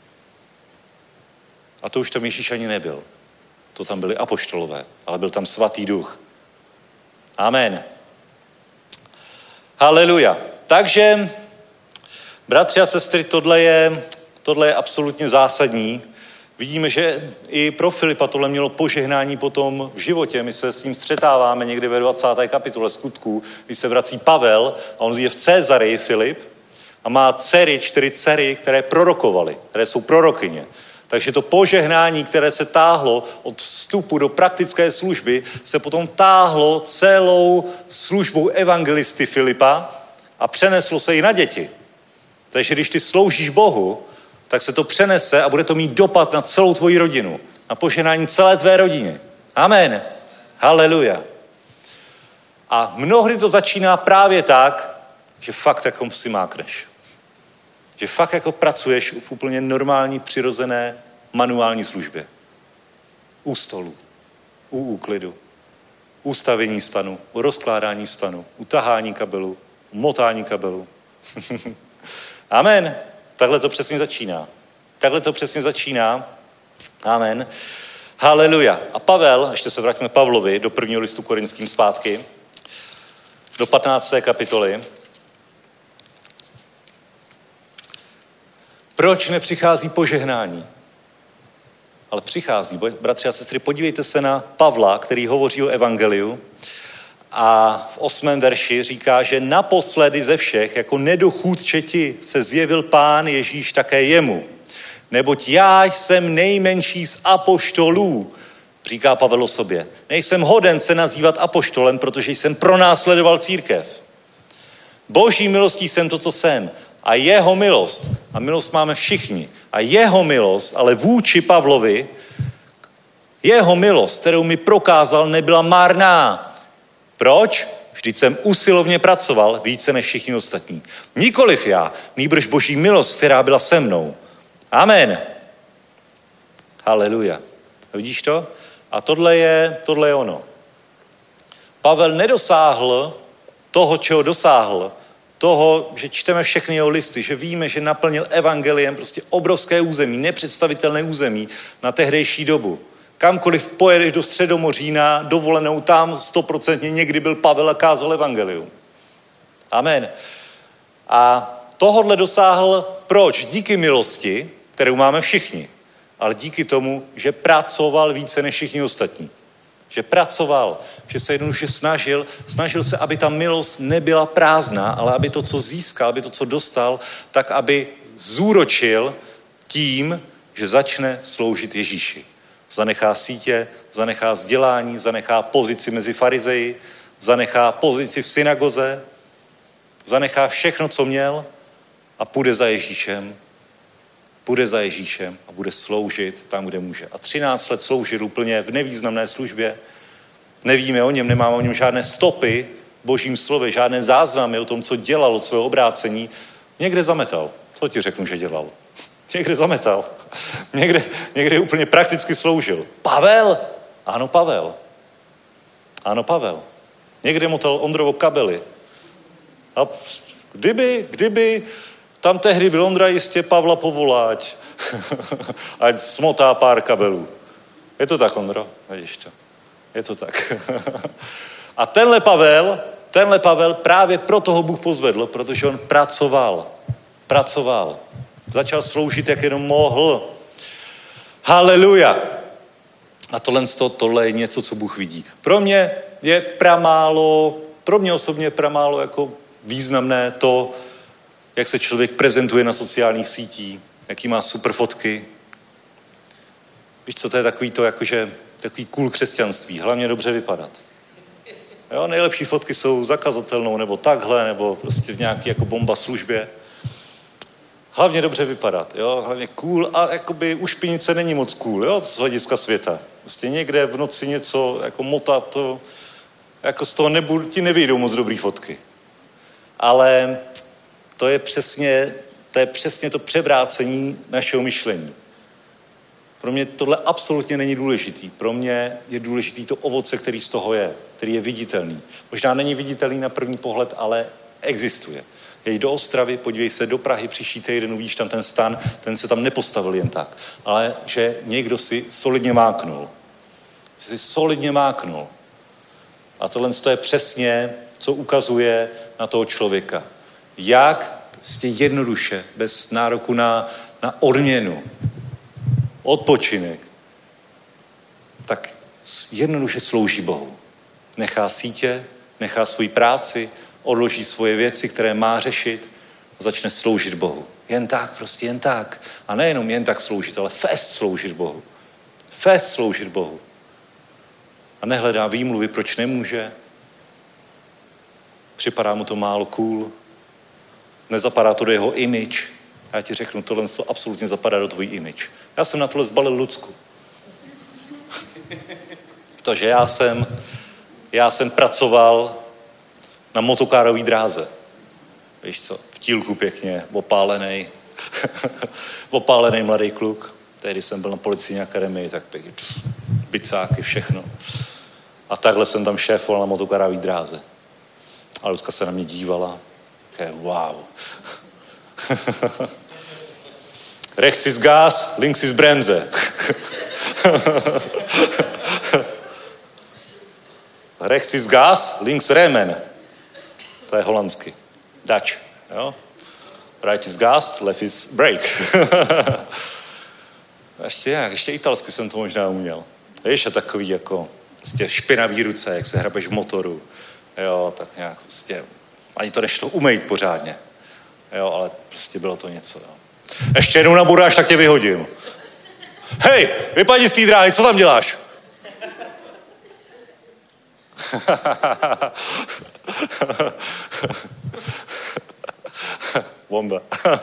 A to už tam Ježíš ani nebyl. To tam byli apoštolové, ale byl tam Svatý Duch. Amen. Haleluja. Takže, bratři a sestry, tohle je, tohle je absolutně zásadní. Vidíme, že i pro Filipa tohle mělo požehnání potom v životě. My se s ním střetáváme někdy ve dvacáté kapitole Skutků, když se vrací Pavel a on je v Cezareji Filip a má dcery, čtyři dcery, které prorokovaly, které jsou prorokyně. Takže to požehnání, které se táhlo od vstupu do praktické služby, se potom táhlo celou službou evangelisty Filipa a přeneslo se i na děti. Takže když ty sloužíš Bohu, tak se to přenese a bude to mít dopad na celou tvoji rodinu. Na požehnání celé tvé rodině. Amen. Haleluja. A mnohdy to začíná právě tak, že fakt jako si mákneš. Že fakt jako pracuješ v úplně normální, přirozené manuální službě. U stolu, u úklidu, u stavění stanu, u rozkládání stanu, u tahání kabelu, u motání kabelu. Amen. Takhle to přesně začíná. Takhle to přesně začíná. Amen. Haleluja. A Pavel, ještě se vrátíme Pavlovi do prvního listu Korinským zpátky, do patnácté kapitoly. Proč nepřichází požehnání? Ale přichází. Bratři a sestry, podívejte se na Pavla, který hovoří o evangeliu a v osmém verši říká, že naposledy ze všech, jako nedochůdče ti, se zjevil Pán Ježíš také jemu. Neboť já jsem nejmenší z apoštolů, říká Pavel o sobě. Nejsem hoden se nazývat apoštolem, protože jsem pronásledoval církev. Boží milostí jsem to, co jsem. A jeho milost, a milost máme všichni, a jeho milost, ale vůči Pavlovi, jeho milost, kterou mi prokázal, nebyla marná. Proč? Vždyť jsem usilovně pracoval více než všichni ostatní. Nikoliv já, nýbrž Boží milost, která byla se mnou. Amen. Haleluja. Vidíš to? A tohle je, tohle je ono. Pavel nedosáhl toho, čeho dosáhl, toho, že čteme všechny jeho listy, že víme, že naplnil evangeliem prostě obrovské území, nepředstavitelné území na tehdejší dobu. Kamkoliv pojedeš do Středomoří na dovolenou, tam stoprocentně někdy byl Pavel a kázal evangelium. Amen. A tohodle dosáhl proč? Díky milosti, kterou máme všichni, ale díky tomu, že pracoval více než všichni ostatní. Že pracoval, že se jednoduše snažil, snažil se, aby ta milost nebyla prázdná, ale aby to, co získal, aby to, co dostal, tak aby zúročil tím, že začne sloužit Ježíši. Zanechá sítě, zanechá vzdělání, zanechá pozici mezi farizeji, zanechá pozici v synagoze, zanechá všechno, co měl a půjde za Ježíšem. Půjde za Ježíšem a bude sloužit tam, kde může. A třináct let sloužil úplně v nevýznamné službě. Nevíme o něm, nemáme o něm žádné stopy v Božím slově, žádné záznamy o tom, co dělal od svého obrácení. Někde zametal. To ti řeknu, že dělal. Někde zametal. Někde, někde úplně prakticky sloužil. Pavel? Ano, Pavel. Ano, Pavel. Někde motal Ondrovo kabely. A kdyby, kdyby tam tehdy byl Ondra, jistě Pavla povolá, ať, ať smotá pár kabelů. Je to tak, Ondro? Vidíš to. Je to tak. A tenhle Pavel, tenhle Pavel právě proto ho Bůh pozvedl, protože on pracoval. Pracoval. Začal sloužit, jak jenom mohl. Haleluja. A tohle, tohle je něco, co Bůh vidí. Pro mě je pramálo, pro mě osobně je pramálo jako významné to, jak se člověk prezentuje na sociálních sítích, jaký má super fotky. Víš, co to je takový to, jakože takový cool křesťanství, hlavně dobře vypadat. Jo, nejlepší fotky jsou zakazatelnou, nebo takhle, nebo prostě v nějaký jako bomba službě. Hlavně dobře vypadat, jo, hlavně cool a jakoby ušpinit se není moc cool, jo, z hlediska světa. Prostě někde v noci něco jako motat, to jako z toho nebudu, ti nevyjdou moc dobrý fotky. Ale to je přesně, to je přesně to převrácení našeho myšlení. Pro mě tohle absolutně není důležitý. Pro mě je důležitý to ovoce, který z toho je, který je viditelný. Možná není viditelný na první pohled, ale existuje. Jej do Ostravy, podívej se do Prahy, příští týden uvidíš tam ten stan, ten se tam nepostavil jen tak, ale že někdo si solidně máknul. Že si solidně máknul. A tohle je přesně, co ukazuje na toho člověka. Jak prostě jednoduše, bez nároku na, na odměnu, odpočinek, tak jednoduše slouží Bohu. Nechá sítě, nechá svoji práci, odloží svoje věci, které má řešit a začne sloužit Bohu. Jen tak, prostě jen tak. A nejenom jen tak sloužit, ale fest sloužit Bohu. Fest sloužit Bohu. A nehledá výmluvy, proč nemůže. Připadá mu to málo cool. Nezapadá to do jeho image. A já ti řeknu, tohle to absolutně zapadá do tvůj image. Já jsem na tohle zbalil Lucku. Protože já jsem, já jsem pracoval na motokárový dráze. Víš co, v tílku pěkně, opálený, opálený mladý kluk. Tehdy jsem byl na policijní akademii, tak pěkně, bicáky, všechno. A takhle jsem tam šéfoval na motokárový dráze. A Lucka se na mě dívala. Okay, wow. Rechts ist Gas, links ist Bremse. Rechts ist Gas, links Remen. To je holandsky. Dutch, jo? Right is gas, left is brake. ještě nějak, ještě italsky jsem to možná uměl. Víš, a takový jako prostě špinavý ruce, jak se hrabeš v motoru. Jo, tak nějak prostě, ani to nešlo umýt pořádně. Jo, ale prostě bylo to něco, jo. Ještě jednou naburáš, tak tě vyhodím. Hej, vypadni z té dráhy, co tam děláš? Bomba.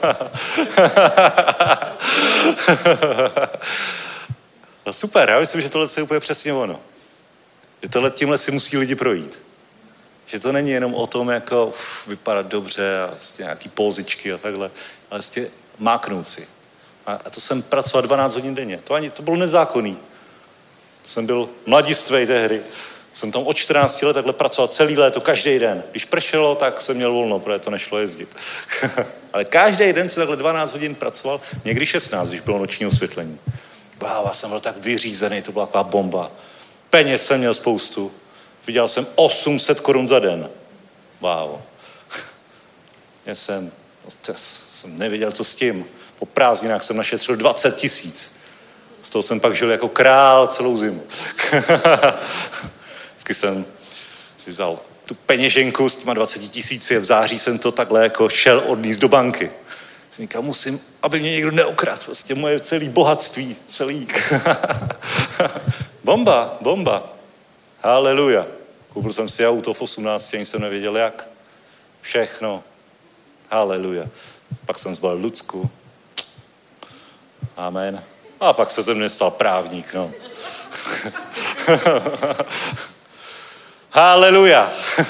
No super, já myslím, že tohle je úplně přesně ono. Že tohle tímhle si musí lidi projít. Že to není jenom o tom, jako uf, vypadat dobře a vlastně nějaký pózičky a takhle, ale vlastně máknout si. A, a to jsem pracoval dvanáct hodin denně. To ani, to bylo nezákonný. Jsem byl mladistvej tehdy. Jsem tam od čtrnácti let takhle pracoval celý léto, každý den. Když pršelo, tak jsem měl volno, protože to nešlo jezdit. Ale každý den jsem takhle dvanáct hodin pracoval, někdy šestnáct, když bylo noční osvětlení. Wow, já jsem byl tak vyřízený, to byla taková bomba. Peněz jsem měl spoustu. Viděl jsem osm set korun za den. Wow. Já jsem, jsem nevěděl, co s tím. Po prázdninách jsem našetřil dvacet tisíc. Z toho jsem pak žil jako král celou zimu. Vždycky jsem si vzal tu peněženku s těma dvaceti tisíci a v září jsem to takhle jako šel odníst do banky. Jsem říkal, musím, aby mě někdo neukradl. Prostě moje celé bohatství, celý. Bomba, bomba. Haleluja. Koupil jsem si auto v osmnácti, ani jsem nevěděl jak. Všechno. Haleluja. Pak jsem zbalil Lucku. Amen. A pak se ze mě stal právník, no. Haleluja.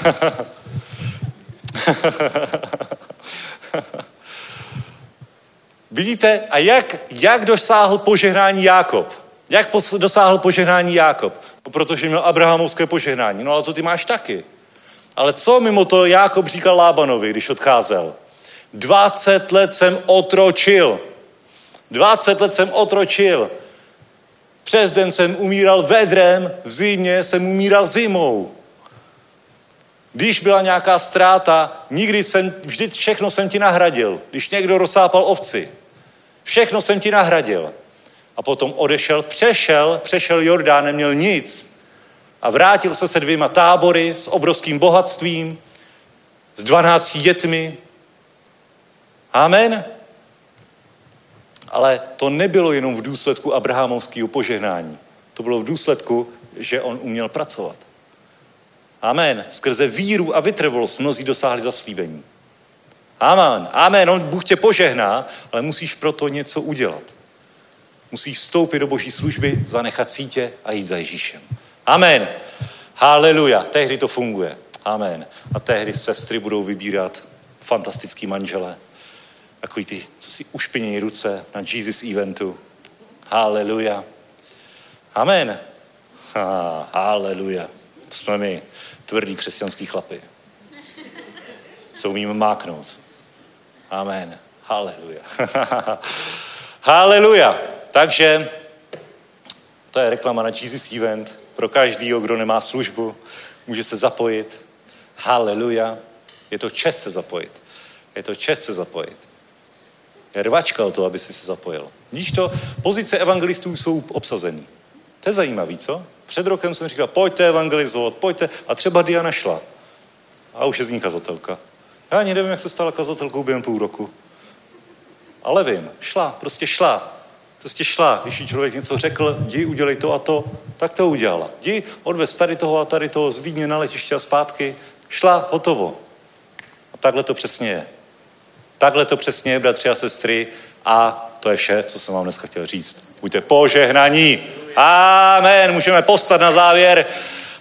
Vidíte, a jak, jak dosáhl požehnání Jákob? Jak pos, dosáhl požehnání Jákob? No, protože měl abrahamovské požehnání. No ale to ty máš taky. Ale co mimo to Jákob říkal Lábanovi, když odcházel? dvacet let jsem otročil. dvacet let jsem otročil. Přes den jsem umíral vedrem, v zimě jsem umíral zimou. Když byla nějaká ztráta, nikdy jsem, vždy všechno jsem ti nahradil. Když někdo rozsápal ovci, všechno jsem ti nahradil. A potom odešel, přešel, přešel Jordán, neměl nic. A vrátil se se dvěma tábory s obrovským bohatstvím, s dvanácti dětmi. Amen. Ale to nebylo jenom v důsledku abrahamovského požehnání. To bylo v důsledku, že on uměl pracovat. Amen. Skrze víru a vytrvalost mnozí dosáhli zaslíbení. Amen. Amen. On Bůh tě požehná, ale musíš proto něco udělat. Musíš vstoupit do Boží služby, zanechat sítě a jít za Ježíšem. Amen. Haleluja. Tehdy to funguje. Amen. A tehdy sestry budou vybírat fantastický manžele. Takový ty, co si ušpinějí ruce na Jesus eventu. Haleluja. Amen. Ha, haleluja. To jsme my, tvrdý křesťanský chlapi. Co umíme máknout. Amen. Haleluja. Haleluja. Takže to je reklama na Jesus event. Pro každýho, kdo nemá službu, může se zapojit. Haleluja. Je to čest se zapojit. Je to čest se zapojit. Je rvačka o to, aby si se zapojil. Víš to, pozice evangelistů jsou obsazený. To je zajímavý, co? Před rokem jsem říkal, pojďte evangelizovat, pojďte. A třeba Diana šla. A už je z ní kazatelka. Já ani nevím, jak se stala kazatelkou během půl roku. Ale vím, šla, prostě šla. Prostě šla. Když jí člověk něco řekl, jdi, udělej to a to, tak to udělala. Jdi, odvez tady toho a tady toho, z Vídně na letiště a zpátky. Šla, hotovo. A takhle to přesně je. Takhle to přesně je, bratři a sestry. A to je vše, co jsem vám dneska chtěl říct. Buďte požehnaní. Amen. Můžeme povstat na závěr.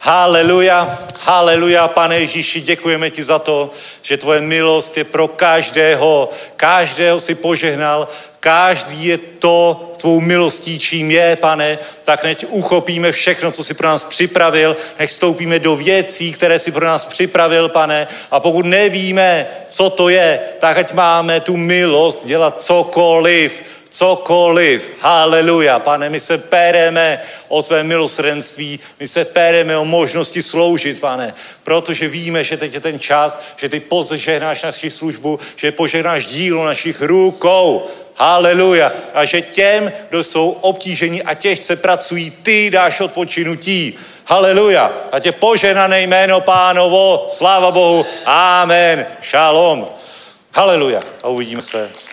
Haleluja, haleluja, Pane Ježíši, děkujeme ti za to, že tvoje milost je pro každého, každého si požehnal, každý je to tvou milostí, čím je, Pane, tak nech uchopíme všechno, co jsi pro nás připravil, nech vstoupíme do věcí, které jsi pro nás připravil, Pane, a pokud nevíme, co to je, tak ať máme tu milost dělat cokoliv, cokoliv. Haleluja. Pane, my se pereme o tvé milosrdenství, my se pereme o možnosti sloužit, Pane, protože víme, že teď je ten čas, že ty požehnáš naši službu, že požehnáš dílo našich rukou. Haleluja. A že těm, kdo jsou obtížení a těžce pracují, ty dáš odpočinutí. Haleluja. A tě požehnané jméno Pánovo. Sláva Bohu. Amen. Šalom. Haleluja. A uvidíme se